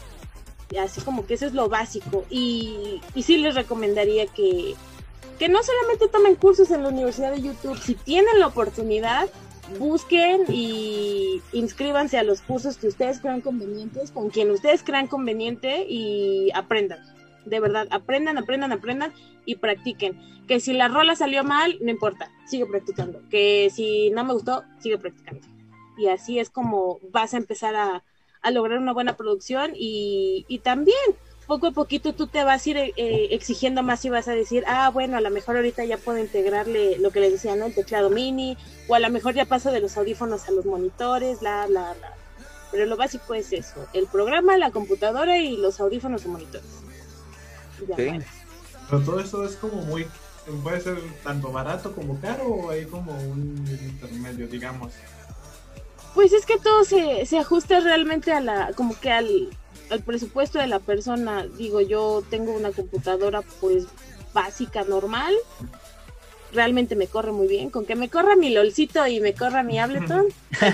Y así como que eso es lo básico. Y, y sí les recomendaría que, que no solamente tomen cursos en la Universidad de YouTube, si tienen la oportunidad, busquen y inscríbanse a los cursos que ustedes crean convenientes, con quien ustedes crean conveniente y aprendan. De verdad, aprendan, aprendan, aprendan y practiquen. Que si la rola salió mal, no importa, sigue practicando. Que si no me gustó, sigue practicando. Y así es como vas a empezar a, a lograr una buena producción y, y también poco a poquito tú te vas a ir eh, exigiendo más y vas a decir, ah, bueno, a lo mejor ahorita ya puedo integrarle lo que les decía, ¿no? El teclado mini, o a lo mejor ya paso de los audífonos a los monitores, bla, bla, bla. Pero lo básico es eso, el programa, la computadora y los audífonos o monitores. Ya, Okay. vale. Pero todo eso es como muy, puede ser tanto barato como caro o hay como un intermedio, digamos. Pues es que todo se, se ajusta realmente a la, como que al, al presupuesto de la persona. Digo, yo tengo una computadora pues básica, normal. Realmente me corre muy bien. Con que me corra mi LOLcito y me corra mi Ableton.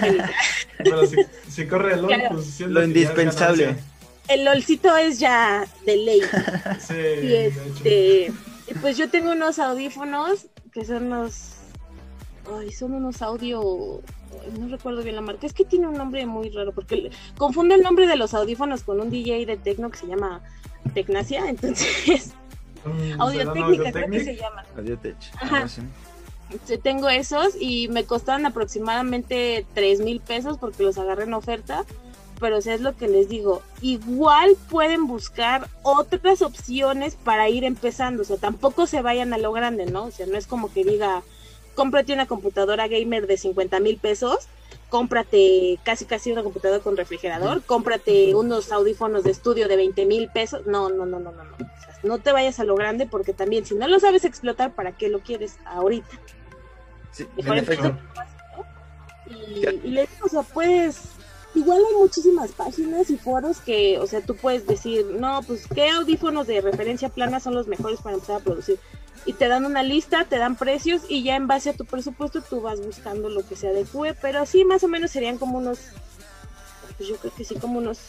Pero si, si corre el LOL, Claro. pues siento Lo que ya es indispensable. ganancia. El LOLcito es ya de ley. Sí, Y de hecho. este, y pues yo tengo unos audífonos que son unos, ay, son unos audio, no recuerdo bien la marca, es que tiene un nombre muy raro, porque le- confunde el nombre de los audífonos con un D J de techno que se llama Tecnacia, entonces, Mm, Audio ¿será Técnica creo que Audio-Technic? se llama. Audiotech. Ajá. algo así. Sí, tengo esos y me costaban aproximadamente tres mil pesos porque los agarré en oferta, pero o sea, es lo que les digo, igual pueden buscar otras opciones para ir empezando, o sea, tampoco se vayan a lo grande, ¿no? O sea, no es como que diga, cómprate una computadora gamer de cincuenta mil pesos, cómprate casi casi una computadora con refrigerador, cómprate unos audífonos de estudio de veinte mil pesos, no, no, no, no, no, no, o sea, no te vayas a lo grande porque también si no lo sabes explotar, ¿para qué lo quieres ahorita? Sí, Mejor en efecto. empieza con lo básico. Y, y les digo, o sea, puedes, igual hay muchísimas páginas y foros que, o sea, tú puedes decir, no, pues, ¿qué audífonos de referencia plana son los mejores para empezar a producir? Y te dan una lista, te dan precios y ya en base a tu presupuesto tú vas buscando lo que se adecue, pero sí, más o menos serían como unos, pues yo creo que sí, como unos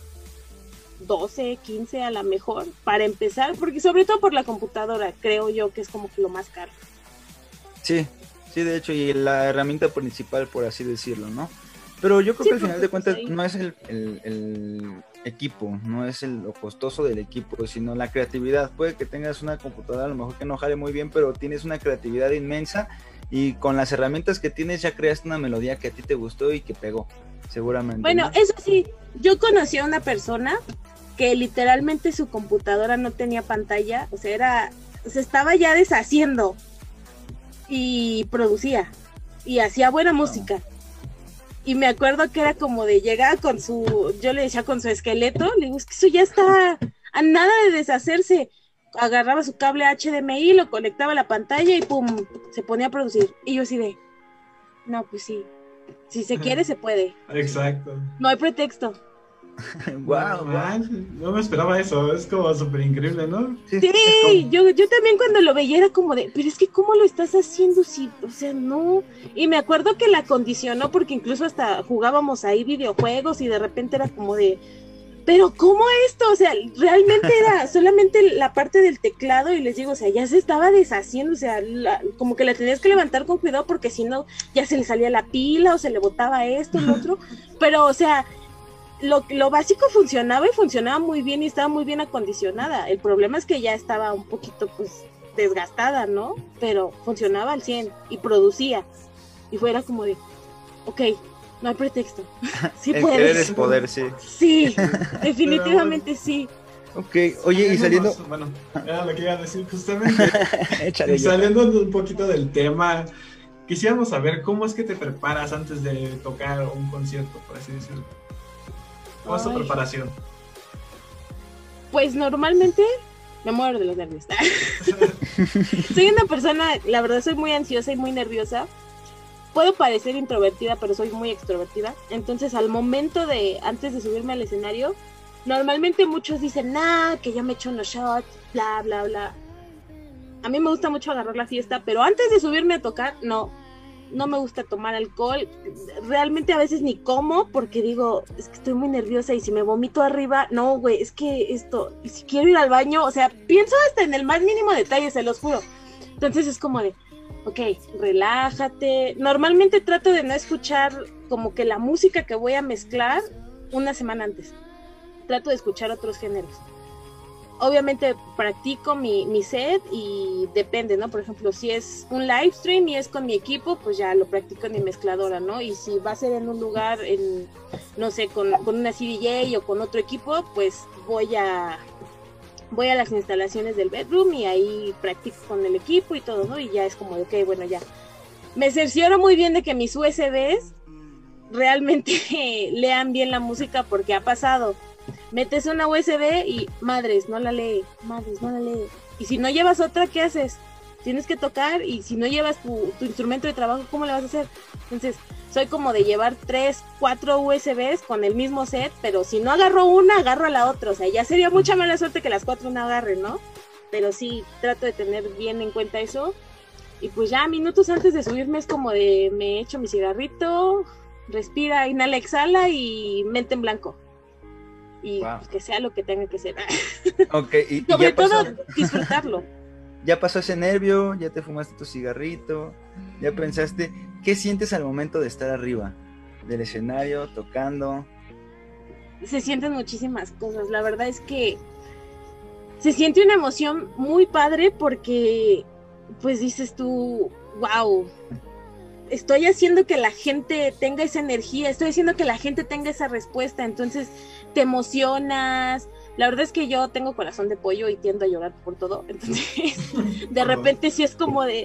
doce, quince a la mejor para empezar, porque sobre todo por la computadora, creo yo que es como que lo más caro. Sí, sí, de hecho, y la herramienta principal, por así decirlo, ¿no? Pero yo creo Sí, que al final de pues, cuentas ahí. no es el, el- el equipo, no es el, lo costoso del equipo, sino la creatividad. Puede que tengas una computadora a lo mejor que no jale muy bien, pero tienes una creatividad inmensa y con las herramientas que tienes ya creaste una melodía que a ti te gustó y que pegó, seguramente. Bueno, ¿no? eso sí, yo conocí a una persona que literalmente su computadora no tenía pantalla, o sea, era, se estaba ya deshaciendo y producía y hacía buena música. Y me acuerdo que era como de llegar con su, yo le decía con su esqueleto, le digo, es que eso ya está a nada de deshacerse. Agarraba su cable H D M I, lo conectaba a la pantalla y pum, se ponía a producir. Y yo así de, no, pues sí, si se quiere se puede, Exacto. no hay pretexto. Guau, no, guau. manches, no me esperaba eso, es como súper increíble, ¿no? Sí, Sí, es como- yo, yo también cuando lo veía era como de, pero es que ¿cómo lo estás haciendo si, o sea, no? Y me acuerdo que la condicionó porque incluso hasta jugábamos ahí videojuegos y de repente era como de, pero ¿cómo esto? O sea, realmente era solamente la parte del teclado y les digo, o sea, ya se estaba deshaciendo, o sea, la- como que la tenías que levantar con cuidado porque si no, ya se le salía la pila o se le botaba esto, lo otro, pero o sea... Lo, lo básico funcionaba y funcionaba muy bien y estaba muy bien acondicionada. El problema es que ya estaba un poquito pues desgastada, ¿no? Pero funcionaba al cien y producía. Y fuera como de, ok, no hay pretexto. Sí el querer es puedes. poder, sí. Sí, definitivamente sí. Ok, oye, y saliendo... Bueno, era lo que iba a decir justamente. Échale, Y yo. saliendo un poquito del tema, quisiéramos saber cómo es que te preparas antes de tocar un concierto, por así decirlo. ¿Cómo es tu Ay. preparación? Pues normalmente me muero de los nervios. Soy una persona, la verdad soy muy ansiosa y muy nerviosa. Puedo parecer introvertida, pero soy muy extrovertida. Entonces al momento de, antes de subirme al escenario, normalmente muchos dicen, nah, que yo me echo unos shots, bla, bla, bla. A mí me gusta mucho agarrar la fiesta, pero antes de subirme a tocar, no. No me gusta tomar alcohol, realmente a veces ni como porque digo, es que estoy muy nerviosa y si me vomito arriba, no, güey, es que esto, y si quiero ir al baño, o sea, pienso hasta en el más mínimo detalle, se los juro. Entonces es como de, ok, relájate. Normalmente trato de no escuchar como que la música que voy a mezclar una semana antes. Trato de escuchar otros géneros. Obviamente practico mi, mi set y depende, ¿no? Por ejemplo, si es un live stream y es con mi equipo, pues ya lo practico en mi mezcladora, ¿no? Y si va a ser en un lugar, en, no sé, con, con una C D J o con otro equipo, pues voy a voy a las instalaciones del bedroom y ahí practico con el equipo y todo, ¿no? Y ya es como de, ok, bueno, ya. Me cercioro muy bien de que mis U S Bs realmente lean bien la música porque ha pasado. Metes una U S B y madres, no la lee, madres, no la lee. Y si no llevas otra, ¿qué haces? Tienes que tocar y si no llevas tu, tu instrumento de trabajo, ¿cómo le vas a hacer? Entonces, soy como de llevar tres, cuatro U S Bs con el mismo set, pero si no agarro una, agarro a la otra. O sea, ya sería mucha mala suerte que las cuatro no agarren, ¿no? Pero sí, trato de tener bien en cuenta eso. Y pues ya minutos antes de subirme es como de me echo mi cigarrito, respira, inhala, exhala y mente en blanco. Y Wow. pues, que sea lo que tenga que ser. Ok, y, y Sobre ya, pasó, todo disfrutarlo. ya pasó ese nervio, ya te fumaste tu cigarrito, ya pensaste, ¿qué sientes al momento de estar arriba del escenario, tocando? Se sienten muchísimas cosas. La verdad es que se siente una emoción muy padre porque pues dices tú, wow, estoy haciendo que la gente tenga esa energía, estoy haciendo que la gente tenga esa respuesta, entonces te emocionas. La verdad es que yo tengo corazón de pollo y tiendo a llorar por todo, entonces de repente sí es como de,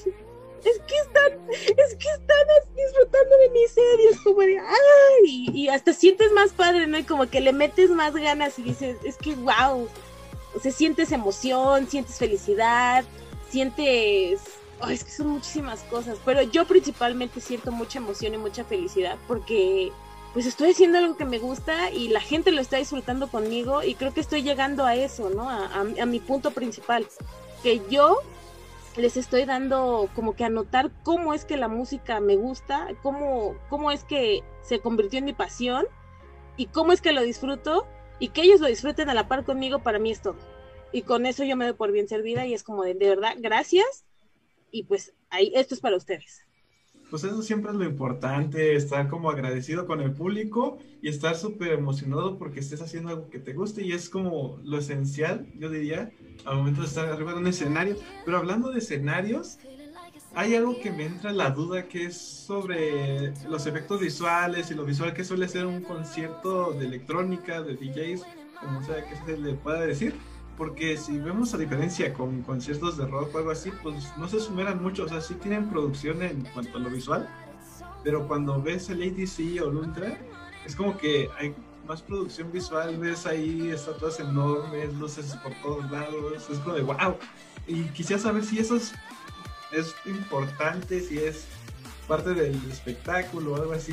es que están, es que están disfrutando de mi set y es como de, ay, y, y hasta sientes más padre, ¿no? Y como que le metes más ganas y dices, es que wow, o sea, sientes emoción, sientes felicidad, sientes... Oh, es que son muchísimas cosas, pero yo principalmente siento mucha emoción y mucha felicidad porque pues estoy haciendo algo que me gusta y la gente lo está disfrutando conmigo y creo que estoy llegando a eso, ¿no? A, a, a mi punto principal, que yo les estoy dando como que a notar cómo es que la música me gusta, cómo, cómo es que se convirtió en mi pasión y cómo es que lo disfruto y que ellos lo disfruten a la par conmigo, para mí es todo. Y con eso yo me doy por bien servida y es como de, de verdad, gracias y pues ahí, esto es para ustedes. Pues eso siempre es lo importante, estar como agradecido con el público y estar súper emocionado porque estés haciendo algo que te guste y es como lo esencial, yo diría, al momento de estar arriba de un escenario. Pero hablando de escenarios, hay algo que me entra la duda que es sobre los efectos visuales y lo visual que suele ser un concierto de electrónica, de D Js, como sea que se le pueda decir. Porque si vemos a diferencia con conciertos de rock o algo así, pues no se esmeran mucho, o sea, sí tienen producción en cuanto a lo visual, pero cuando ves el A D C o el Ultra, es como que hay más producción visual, ves ahí estatuas enormes, luces por todos lados, es como de wow. Y quisiera saber si eso es, es importante, si es parte del espectáculo o algo así.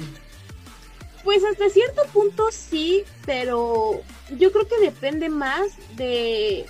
Pues hasta cierto punto sí, pero yo creo que depende más de,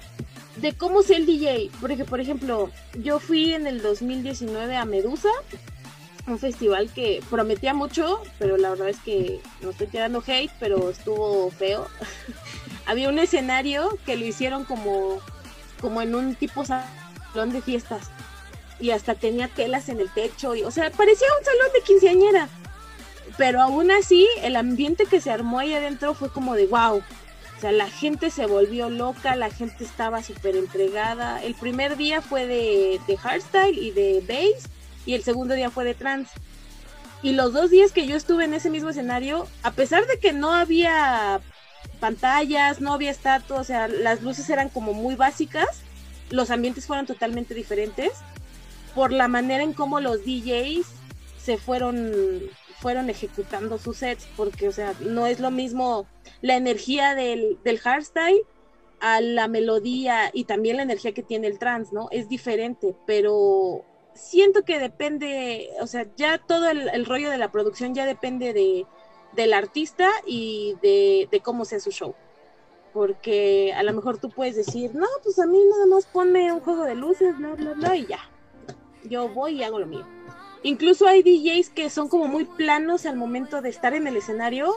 de cómo sea el D J. Porque, por ejemplo, yo fui en el dos mil diecinueve a Medusa, un festival que prometía mucho, pero la verdad es que no estoy tirando hate, pero estuvo feo. Había un escenario que lo hicieron como, como en un tipo salón de fiestas y hasta tenía telas en el techo, y, o sea, parecía un salón de quinceañera. Pero aún así, el ambiente que se armó ahí adentro fue como de wow. O sea, la gente se volvió loca, la gente estaba súper entregada. El primer día fue de, de hardstyle y de bass, y el segundo día fue de trance. Y los dos días que yo estuve en ese mismo escenario, a pesar de que no había pantallas, no había estatuas, o sea, las luces eran como muy básicas, los ambientes fueron totalmente diferentes por la manera en cómo los D Js se fueron... fueron ejecutando sus sets, porque, o sea, no es lo mismo la energía del, del hardstyle a la melodía y también la energía que tiene el trance, ¿no? Es diferente, pero siento que depende, o sea, ya todo el, el rollo de la producción ya depende de, del artista y de, de cómo sea su show. Porque a lo mejor tú puedes decir, no, pues a mí nada más ponme un juego de luces, bla, bla, bla, y ya. Yo voy y hago lo mío. Incluso hay D Js que son como muy planos al momento de estar en el escenario,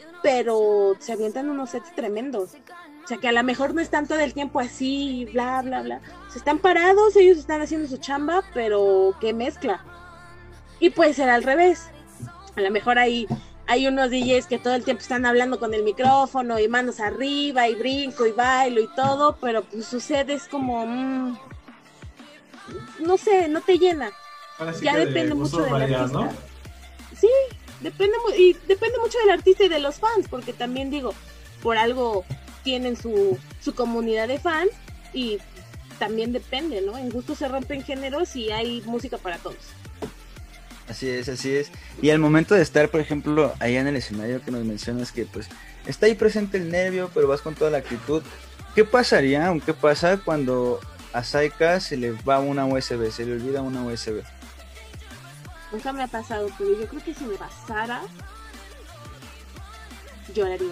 pero se avientan unos sets tremendos. O sea, que a lo mejor no están todo el tiempo así, bla, bla, bla. O sea, están parados, ellos están haciendo su chamba, pero qué mezcla. Y puede ser al revés. A lo mejor hay, hay unos D Js que todo el tiempo están hablando con el micrófono y manos arriba y brinco y bailo y todo, pero pues su set es como... Mmm, no sé, no te llena. Sí, ya depende de mucho del variedad, artista, ¿no? Sí, depende y depende mucho del artista y de los fans, porque también digo, por algo tienen su, su comunidad de fans y también depende, ¿no? En gusto se rompen géneros y hay música para todos. Así es, así es. Y al momento de estar, por ejemplo, allá en el escenario que nos mencionas que pues está ahí presente el nervio, pero vas con toda la actitud, ¿qué pasaría o qué pasa cuando a Saika se le va una U S B, se le olvida una U S B? Nunca me ha pasado, pero yo creo que si me pasara, lloraría.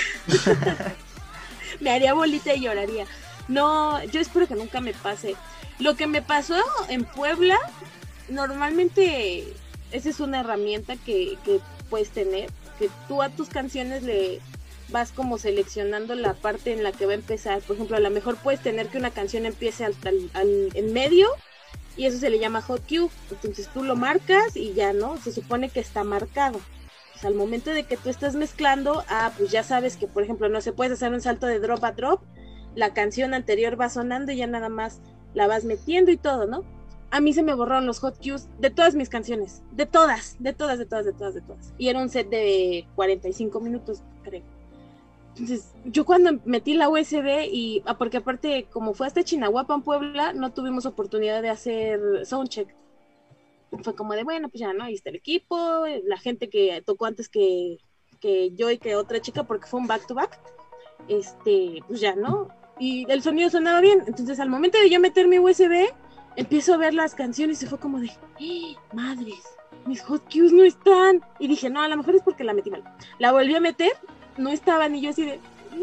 Me haría bolita y lloraría. No, yo espero que nunca me pase. Lo que me pasó en Puebla, normalmente esa es una herramienta que, que puedes tener, que tú a tus canciones le vas como seleccionando la parte en la que va a empezar. Por ejemplo, a lo mejor puedes tener que una canción empiece al, al, al, en medio, y eso se le llama hot cue. Entonces tú lo marcas y ya, ¿no? Se supone que está marcado. O sea, al momento de que tú estás mezclando, ah, pues ya sabes que, por ejemplo, no se puede hacer un salto de drop a drop, la canción anterior va sonando y ya nada más la vas metiendo y todo, ¿no? A mí se me borraron los hot cues de todas mis canciones, de todas, de todas, de todas, de todas, de todas. Y era un set de cuarenta y cinco minutos, creo. Entonces, yo cuando metí la U S B y, ah, porque aparte, como fue hasta Chinahuapan, Puebla, no tuvimos oportunidad de hacer soundcheck. Fue como de, bueno, pues ya, ¿no? Ahí está el equipo, la gente que tocó antes que, que yo y que otra chica, porque fue un back to back, este, pues ya, ¿no? Y el sonido sonaba bien. Entonces, al momento de yo meter mi U S B, empiezo a ver las canciones y fue como de, ¡eh, madres! mis hot cues no están. Y dije, no, a lo mejor es porque la metí mal. La volví a meter, no estaban, y yo así de,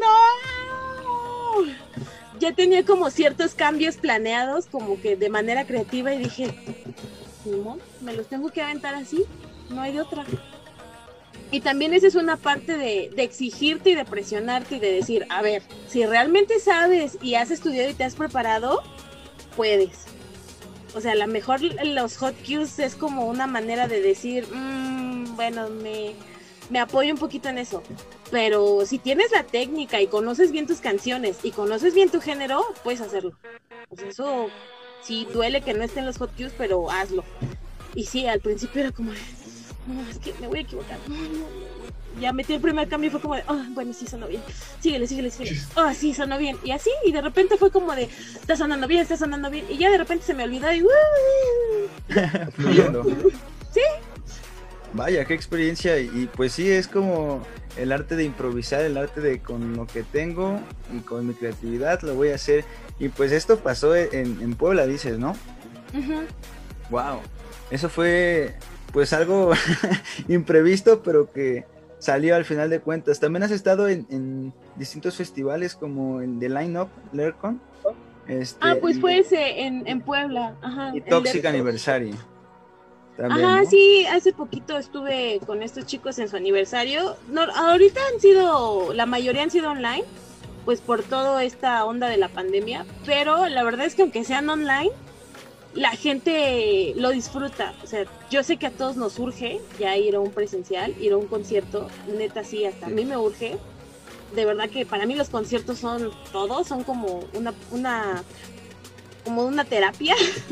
¡no! Ya tenía como ciertos cambios planeados, como que de manera creativa, y dije, ¿cómo? ¿Me los tengo que aventar así? No hay de otra. Y también esa es una parte de, de exigirte y de presionarte y de decir, a ver, si realmente sabes y has estudiado y te has preparado, puedes. O sea, a lo mejor los hot cues es como una manera de decir, mmm, bueno, me, me apoyo un poquito en eso. Pero si tienes la técnica y conoces bien tus canciones y conoces bien tu género, puedes hacerlo. O sea, eso sí duele que no estén los hot cues, pero hazlo. Y sí, al principio era como, no, es que me voy a equivocar. No, no, no. Ya metí el primer cambio y fue como de, oh, bueno, sí sonó bien. Síguele, síguele, síguele. Oh, sí, sonó bien. Y así, y de repente fue como de, está sonando bien, está sonando bien. Y ya de repente se me olvidó y, ¡uh! Fluyendo. Sí. Vaya, qué experiencia. Y pues sí, es como el arte de improvisar, el arte de con lo que tengo y con mi creatividad lo voy a hacer. Y pues esto pasó en, en Puebla, dices, ¿no? Uh-huh. Wow. Eso fue pues algo imprevisto, pero que salió al final de cuentas. También has estado en, en distintos festivales como en The Line Up, LERCON. Este, ah, pues y, fue ese en, en Puebla. Ajá, y Toxic Anniversary. También, Ajá, ¿no? sí, hace poquito estuve con estos chicos en su aniversario. No, ahorita han sido, la mayoría han sido online, pues por toda esta onda de la pandemia, pero la verdad es que aunque sean online, la gente lo disfruta. O sea, yo sé que a todos nos urge ya ir a un presencial, ir a un concierto, neta sí, hasta a mí me urge. De verdad que para mí los conciertos son todo, son como una, una, como una terapia.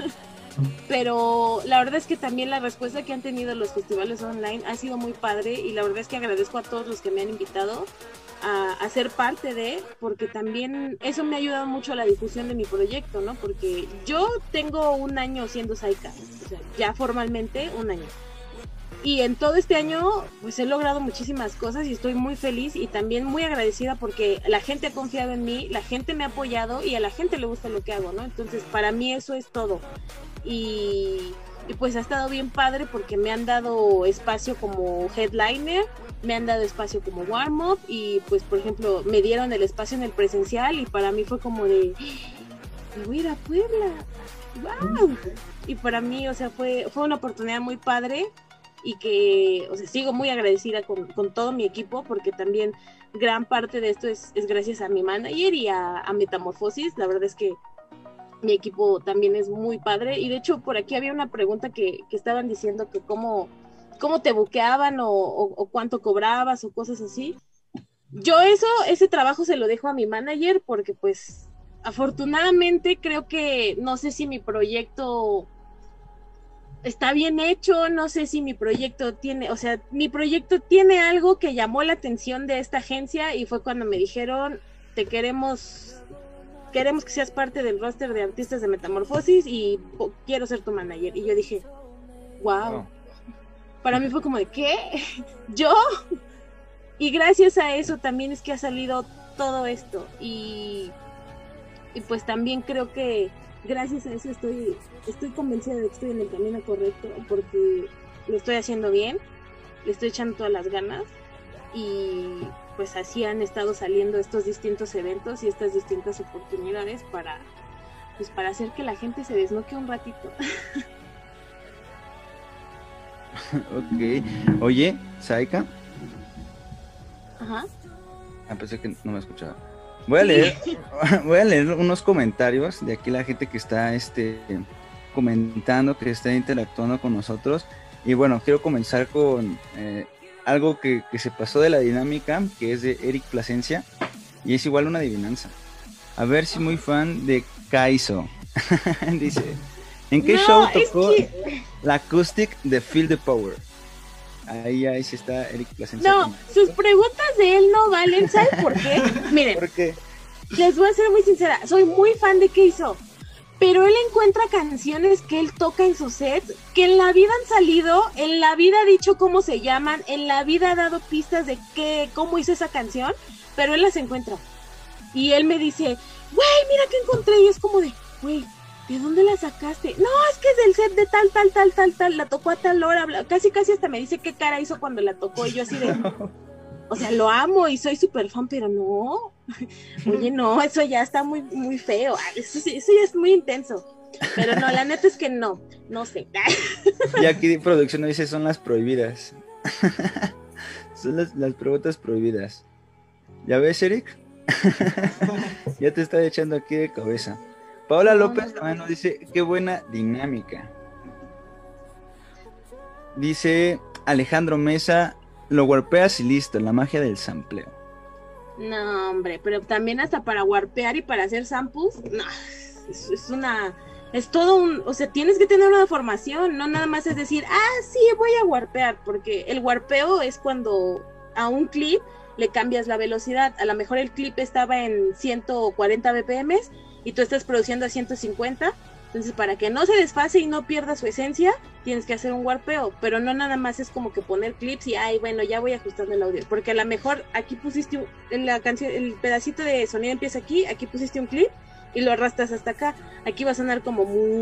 Pero la verdad es que también la respuesta que han tenido los festivales online ha sido muy padre, y la verdad es que agradezco a todos los que me han invitado a, a ser parte de, porque también eso me ha ayudado mucho a la difusión de mi proyecto, ¿no? Porque yo tengo un año siendo Saika, o sea, ya formalmente un año. Y en todo este año pues he logrado muchísimas cosas y estoy muy feliz y también muy agradecida porque la gente ha confiado en mí, la gente me ha apoyado y a la gente le gusta lo que hago, ¿no? Entonces para mí eso es todo. Y, y pues ha estado bien padre porque me han dado espacio como headliner, me han dado espacio como warm-up y pues por ejemplo me dieron el espacio en el presencial y para mí fue como de, me voy a ir a Puebla, ¡wow! Y para mí, o sea, fue, fue una oportunidad muy padre. Y que, o sea, sigo muy agradecida con, con todo mi equipo, porque también gran parte de esto es, es gracias a mi manager y a, a Metamorfosis. La verdad es que mi equipo también es muy padre. Y de hecho, por aquí había una pregunta que, que estaban diciendo que cómo, cómo te buqueaban o, o, o cuánto cobrabas o cosas así. Yo eso, ese trabajo se lo dejo a mi manager porque, pues, afortunadamente creo que, no sé si mi proyecto está bien hecho, no sé si mi proyecto tiene, o sea, mi proyecto tiene algo que llamó la atención de esta agencia y fue cuando me dijeron, te queremos, queremos que seas parte del roster de artistas de Metamorfosis y po, quiero ser tu manager. Y yo dije, wow. wow. Para mí fue como de, ¿qué? ¿Yo? Y gracias a eso también es que ha salido todo esto y, y pues también creo que gracias a eso estoy, estoy convencida de que estoy en el camino correcto porque lo estoy haciendo bien, le estoy echando todas las ganas y pues así han estado saliendo estos distintos eventos y estas distintas oportunidades para, pues para hacer que la gente se desnoque un ratito. Ok. Oye, Saika. Ajá. Ah, pensé que no me escuchaba. Voy a leer, voy a leer unos comentarios de aquí la gente que está este comentando, que está interactuando con nosotros. Y bueno, quiero comenzar con eh, algo que, que se pasó de la dinámica, que es de Eric Plasencia, y es igual una adivinanza. A ver si muy fan de Kaizo. Dice, ¿en qué no, show tocó es que... la acoustic de Feel the Power? Ahí, ahí sí está Eric Plasencia. No, sus preguntas de él no valen, ¿saben por qué? Miren, ¿por qué? Les voy a ser muy sincera, soy muy fan de Kaizo, pero él encuentra canciones que él toca en sus sets, que en la vida han salido, en la vida ha dicho cómo se llaman, en la vida ha dado pistas de qué, cómo hizo esa canción, pero él las encuentra. Y él me dice, güey, mira que encontré, y es como de, güey, ¿de dónde la sacaste? No, es que es del set de tal, tal, tal, tal, tal, la tocó a tal hora, bla, casi, casi hasta me dice qué cara hizo cuando la tocó, y yo así de, o sea, lo amo y soy súper fan, pero no, oye, no, eso ya está muy, muy feo, eso, eso ya es muy intenso, pero no, la neta es que no, no sé. Y aquí producción nos dice, son las prohibidas. Son las, las preguntas prohibidas. ¿Ya ves, Eric? Ya te está echando aquí de cabeza. Paola No, López no, no. también nos dice, qué buena dinámica. Dice Alejandro Mesa, lo golpeas y listo, la magia del sampleo. No, hombre, pero también hasta para warpear y para hacer samples, no, es, es una, es todo un, o sea, tienes que tener una formación, no nada más es decir, ah, sí, voy a warpear, porque el warpeo es cuando a un clip le cambias la velocidad, a lo mejor el clip estaba en ciento cuarenta B P M y tú estás produciendo a ciento cincuenta, entonces para que no se desfase y no pierda su esencia, tienes que hacer un warpeo, pero no nada más es como que poner clips y, ay, bueno, ya voy ajustando el audio, porque a lo mejor aquí pusiste un, en la canción, el pedacito de sonido empieza aquí, aquí pusiste un clip y lo arrastras hasta acá, aquí va a sonar como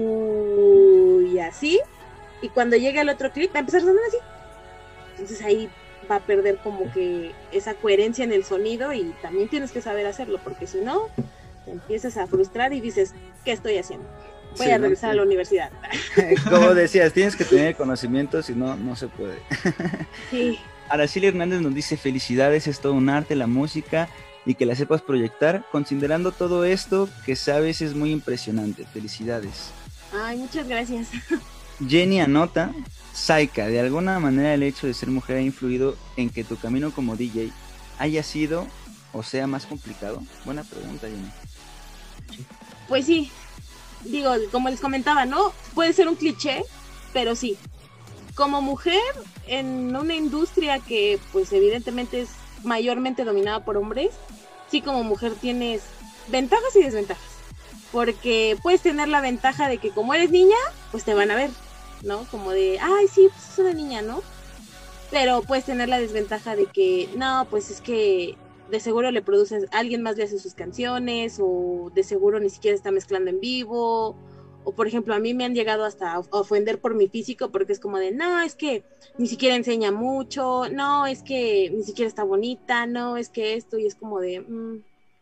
muy así, y cuando llegue al otro clip va a empezar a sonar así, entonces ahí va a perder como que esa coherencia en el sonido y también tienes que saber hacerlo, porque si no, te empiezas a frustrar y dices, ¿qué estoy haciendo? Voy Sí, a ¿no? regresar Sí. a la universidad. Como decías, tienes que tener conocimiento, si no, no se puede. Sí. Araceli Hernández nos dice, felicidades, es todo un arte la música y que la sepas proyectar. Considerando todo esto que sabes es muy impresionante. Felicidades. Ay, muchas gracias. Jenny anota, Saika, de alguna manera el hecho de ser mujer ha influido en que tu camino como D J haya sido o sea más complicado. Buena pregunta, Jenny. Pues sí, digo, como les comentaba, ¿no? Puede ser un cliché, pero sí. Como mujer en una industria que pues evidentemente es mayormente dominada por hombres, sí, como mujer tienes ventajas y desventajas. Porque puedes tener la ventaja de que como eres niña, pues te van a ver, ¿no? Como de, ay, sí, pues es una niña, ¿no? Pero puedes tener la desventaja de que, no, pues es que de seguro le produces, alguien más le hace sus canciones, o de seguro ni siquiera está mezclando en vivo, o por ejemplo, a mí me han llegado hasta a ofender por mi físico, porque es como de, no, es que ni siquiera enseña mucho, no, es que ni siquiera está bonita, no, es que esto, y es como de, mmm,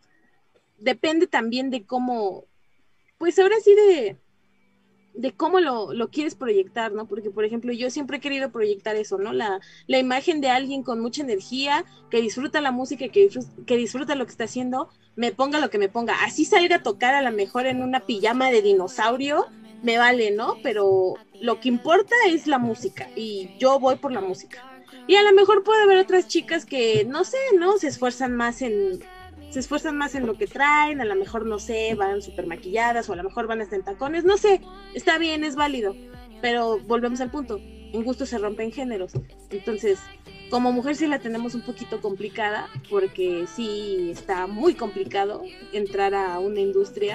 depende también de cómo, pues ahora sí de, de cómo lo, lo quieres proyectar, ¿no? Porque, por ejemplo, yo siempre he querido proyectar eso, ¿no? La, la imagen de alguien con mucha energía, que disfruta la música, que disfruta, que disfruta lo que está haciendo, me ponga lo que me ponga. Así salga a tocar a lo mejor en una pijama de dinosaurio, me vale, ¿no? Pero lo que importa es la música, y yo voy por la música. Y a lo mejor puede haber otras chicas que, no sé, ¿no? Se esfuerzan más en... se esfuerzan más en lo que traen, a lo mejor, no sé, van súper maquilladas, o a lo mejor van hasta en tacones, no sé, está bien, es válido, pero volvemos al punto, en gusto se rompen géneros, entonces, como mujer sí la tenemos un poquito complicada, porque sí está muy complicado entrar a una industria,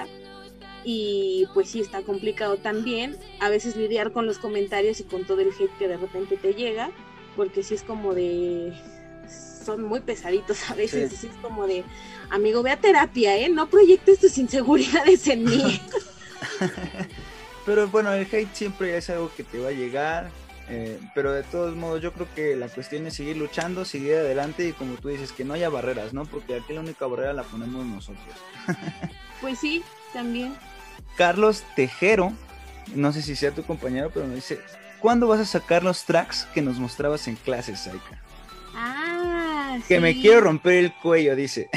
y pues sí está complicado también, a veces lidiar con los comentarios y con todo el hate que de repente te llega, porque sí es como de... son muy pesaditos a veces, sí. Es como de, amigo, ve a terapia, ¿eh? No proyectes tus inseguridades en mí. Pero bueno, el hate siempre es algo que te va a llegar, eh, pero de todos modos yo creo que la cuestión es seguir luchando, seguir adelante y como tú dices, que no haya barreras, ¿no? Porque aquí la única barrera la ponemos nosotros. Pues sí, también. Carlos Tejero, no sé si sea tu compañero, pero me dice, ¿cuándo vas a sacar los tracks que nos mostrabas en clases, Saika? Ah, Que sí. me quiero romper el cuello, dice.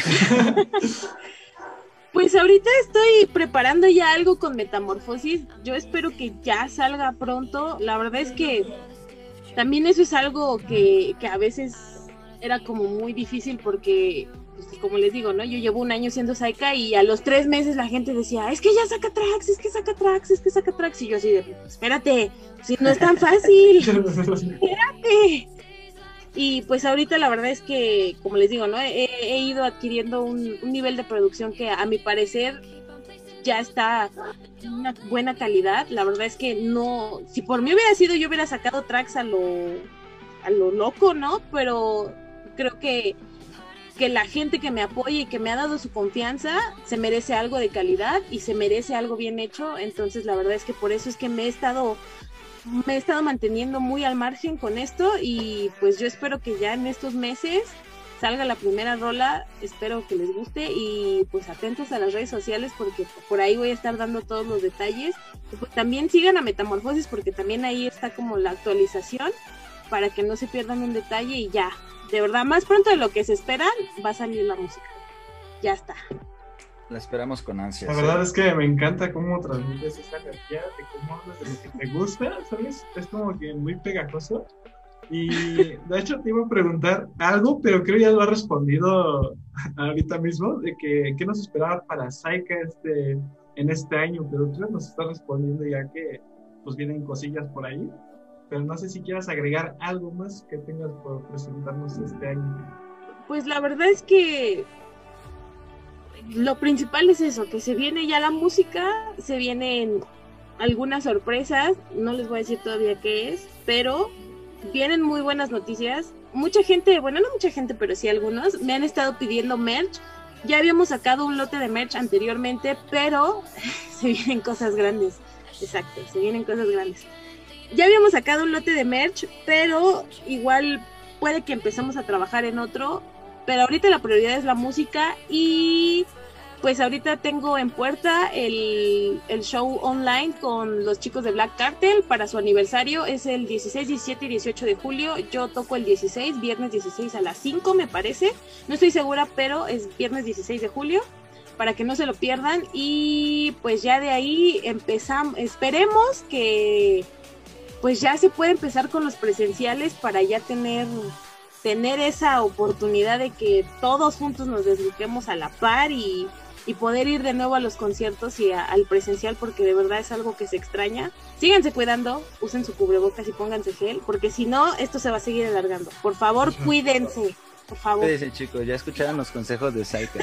Pues ahorita estoy preparando ya algo con Metamorfosis. Yo espero que ya salga pronto. La verdad es que también eso es algo que, que a veces era como muy difícil porque, pues, como les digo, ¿no? Yo llevo un año siendo Saika y a los tres meses la gente decía, es que ya saca tracks, es que saca tracks, es que saca tracks. Y yo así de, espérate, si no es tan fácil, espérate. Y pues ahorita la verdad es que, como les digo, ¿no? He, he ido adquiriendo un, un nivel de producción que a mi parecer ya está en una buena calidad. La verdad es que no, si por mí hubiera sido, yo hubiera sacado tracks a lo, a lo loco, ¿no? Pero creo que que la gente que me apoya y que me ha dado su confianza se merece algo de calidad y se merece algo bien hecho. Entonces la verdad es que por eso es que me he estado me he estado manteniendo muy al margen con esto, y pues yo espero que ya en estos meses salga la primera rola, espero que les guste, y pues atentos a las redes sociales porque por ahí voy a estar dando todos los detalles. Y pues también sigan a Metamorfosis porque también ahí está como la actualización para que no se pierdan un detalle, y ya, de verdad, más pronto de lo que se esperan va a salir la música. Ya está. La esperamos con ansias. La verdad ¿eh? es que me encanta cómo transmites esa energía, de cómo hablas de lo que te gusta, ¿sabes? Es como que muy pegajoso. Y de hecho te iba a preguntar algo, pero creo ya lo ha respondido ahorita mismo, de que qué nos esperaba para Saika este, en este año, pero creo que nos está respondiendo ya que pues vienen cosillas por ahí. Pero no sé si quieras agregar algo más que tengas por presentarnos este año. Pues la verdad es que lo principal es eso, que se viene ya la música, se vienen algunas sorpresas, no les voy a decir todavía qué es, pero vienen muy buenas noticias. Mucha gente, bueno, no mucha gente, pero sí algunos, me han estado pidiendo merch. Ya habíamos sacado un lote de merch anteriormente, pero se vienen cosas grandes. Exacto, se vienen cosas grandes. Ya habíamos sacado un lote de merch, pero igual puede que empecemos a trabajar en otro, pero ahorita la prioridad es la música, y pues ahorita tengo en puerta el, el show online con los chicos de Black Cartel para su aniversario. Es el dieciséis, diecisiete y dieciocho de julio. Yo toco el dieciséis, viernes dieciséis a las cinco me parece, no estoy segura, pero es viernes dieciséis de julio, para que no se lo pierdan. Y pues ya de ahí empezamos, esperemos que pues ya se puede empezar con los presenciales para ya tener, tener esa oportunidad de que todos juntos nos desluquemos a la par y, y poder ir de nuevo a los conciertos y a, al presencial, porque de verdad es algo que se extraña. Síganse cuidando, usen su cubrebocas y pónganse gel, porque si no, esto se va a seguir alargando. Por favor, cuídense, por favor. Cuídense, chicos, ya escucharon los consejos de Saika.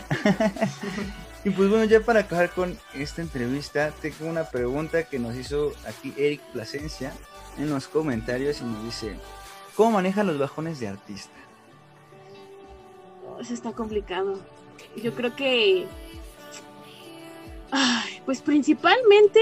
Y pues bueno, ya para acabar con esta entrevista, tengo una pregunta que nos hizo aquí Eric Plasencia en los comentarios y nos dice: ¿cómo maneja los bajones de artista? Oh, eso está complicado. Yo creo que ay, pues principalmente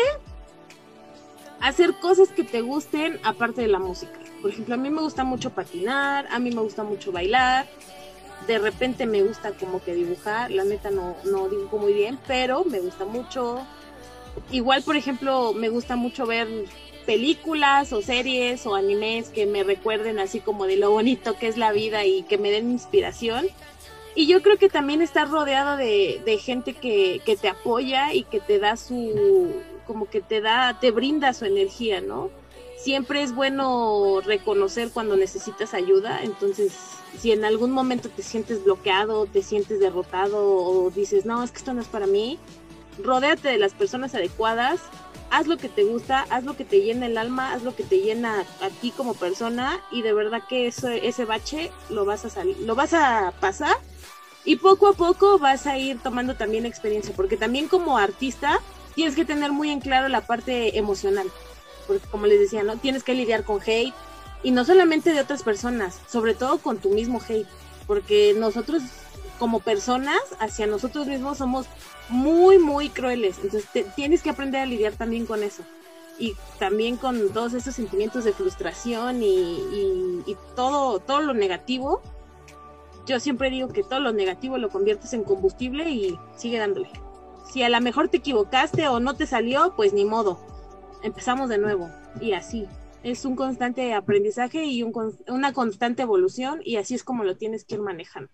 hacer cosas que te gusten aparte de la música. Por ejemplo, a mí me gusta mucho patinar, a mí me gusta mucho bailar, de repente me gusta como que dibujar, la neta no, no dibujo muy bien, pero me gusta mucho. Igual, por ejemplo, me gusta mucho ver películas o series o animes que me recuerden así como de lo bonito que es la vida y que me den inspiración. Y yo creo que también estar rodeado de, de gente que, que te apoya y que te da su, como que te da, te brinda su energía, ¿no? Siempre es bueno reconocer cuando necesitas ayuda. Entonces, si en algún momento te sientes bloqueado, te sientes derrotado o dices, no, es que esto no es para mí, rodéate de las personas adecuadas. Haz lo que te gusta, haz lo que te llena el alma, haz lo que te llena a, a ti como persona, y de verdad que eso, ese bache lo vas a salir, lo vas a pasar, y poco a poco vas a ir tomando también experiencia, porque también como artista tienes que tener muy en claro la parte emocional, porque como les decía, ¿no? Tienes que lidiar con hate, y no solamente de otras personas, sobre todo con tu mismo hate, porque nosotros como personas hacia nosotros mismos somos muy muy crueles, entonces te, tienes que aprender a lidiar también con eso, y también con todos esos sentimientos de frustración y, y, y todo, todo lo negativo. Yo siempre digo que todo lo negativo lo conviertes en combustible y sigue dándole. Si a lo mejor te equivocaste o no te salió, pues ni modo, empezamos de nuevo, y así es un constante aprendizaje y un, una constante evolución, y así es como lo tienes que ir manejando.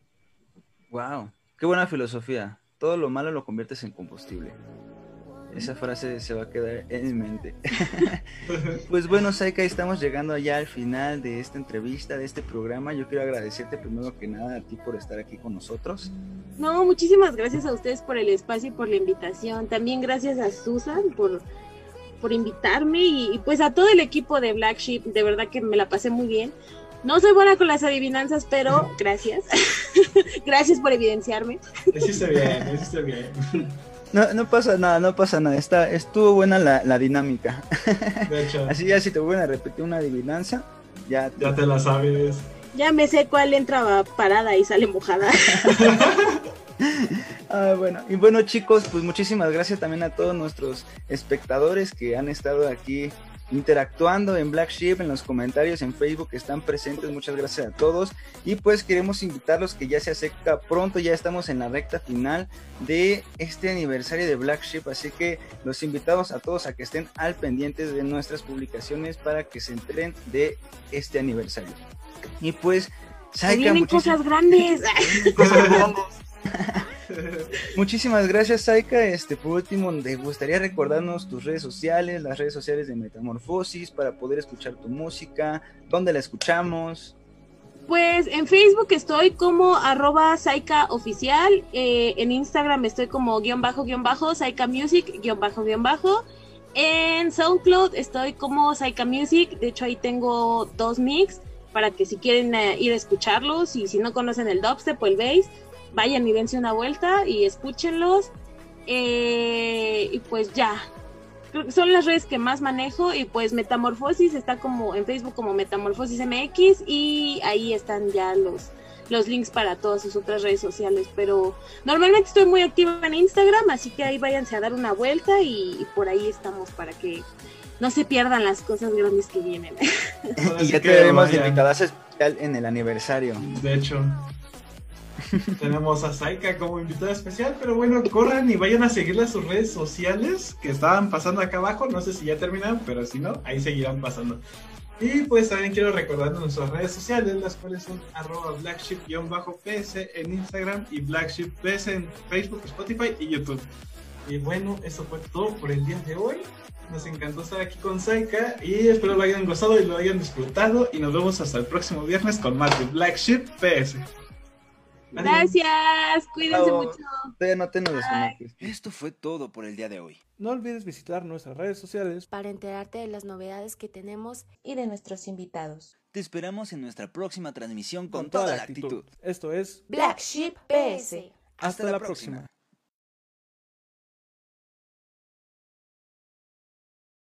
Wow, qué buena filosofía. Todo lo malo lo conviertes en combustible. Esa frase se va a quedar en mi mente. Pues bueno, Saika, estamos llegando ya al final de esta entrevista, de este programa. Yo quiero agradecerte primero que nada a ti por estar aquí con nosotros. No, muchísimas gracias a ustedes por el espacio y por la invitación. También gracias a Susan por, por invitarme, y, y pues a todo el equipo de Black Sheep. De verdad que me la pasé muy bien. No soy buena con las adivinanzas, pero gracias. Gracias por evidenciarme. Lo hiciste bien, lo hiciste bien. No, no pasa nada, no pasa nada. Está, estuvo buena la, la dinámica. De hecho. Así ya si te vuelven a repetir una adivinanza, ya te, ya te la sabes. Ya me sé cuál entra parada y sale mojada. Ah, bueno, y bueno chicos, pues muchísimas gracias también a todos nuestros espectadores que han estado aquí interactuando en Black Sheep, en los comentarios en Facebook, están presentes, muchas gracias a todos. Y pues queremos invitarlos que ya se acerca pronto, ya estamos en la recta final de este aniversario de Black Sheep, así que los invitamos a todos a que estén al pendiente de nuestras publicaciones para que se enteren de este aniversario. Y pues Saika, vienen cosas grandes. Cosas grandes. Muchísimas gracias, Saika. Este, por último, ¿te gustaría recordarnos tus redes sociales, las redes sociales de Metamorfosis, para poder escuchar tu música? ¿Dónde la escuchamos? Pues en Facebook estoy como arroba Saika oficial, eh, en Instagram estoy como guión bajo guión bajo Saika Music guión bajo guión bajo, en SoundCloud estoy como Saika Music, de hecho ahí tengo dos mix para que si quieren eh, ir a escucharlos, y si no conocen el dubstep o el bass, vayan y dense una vuelta y escúchenlos. Eh, y pues ya, creo que son las redes que más manejo. Y pues Metamorfosis está como en Facebook como Metamorfosis M X, y ahí están ya los, los links para todas sus otras redes sociales. Pero normalmente estoy muy activa en Instagram, así que ahí váyanse a dar una vuelta, y, y por ahí estamos para que no se pierdan las cosas grandes que vienen. Y ya te veremos invitada especial en el aniversario. De hecho, tenemos a Saika como invitada especial, pero bueno, corran y vayan a seguirle a sus redes sociales que estaban pasando acá abajo. No sé si ya terminaron, pero si no, ahí seguirán pasando. Y pues también quiero recordar nuestras redes sociales, las cuales son arroba blackship-ps en Instagram y blackshipps en Facebook, Spotify y YouTube. Y bueno, eso fue todo por el día de hoy. Nos encantó estar aquí con Saika y espero lo hayan gozado y lo hayan disfrutado, y nos vemos hasta el próximo viernes con más de Black Sheep P S. Gracias, cuídense Chao. mucho. Todavía no te nos desconectes. Esto fue todo por el día de hoy. No olvides visitar nuestras redes sociales Para enterarte de las novedades que tenemos. Y de nuestros invitados. Te esperamos en nuestra próxima transmisión con, con toda la actitud. actitud. Esto es Black Sheep P S. Hasta la próxima.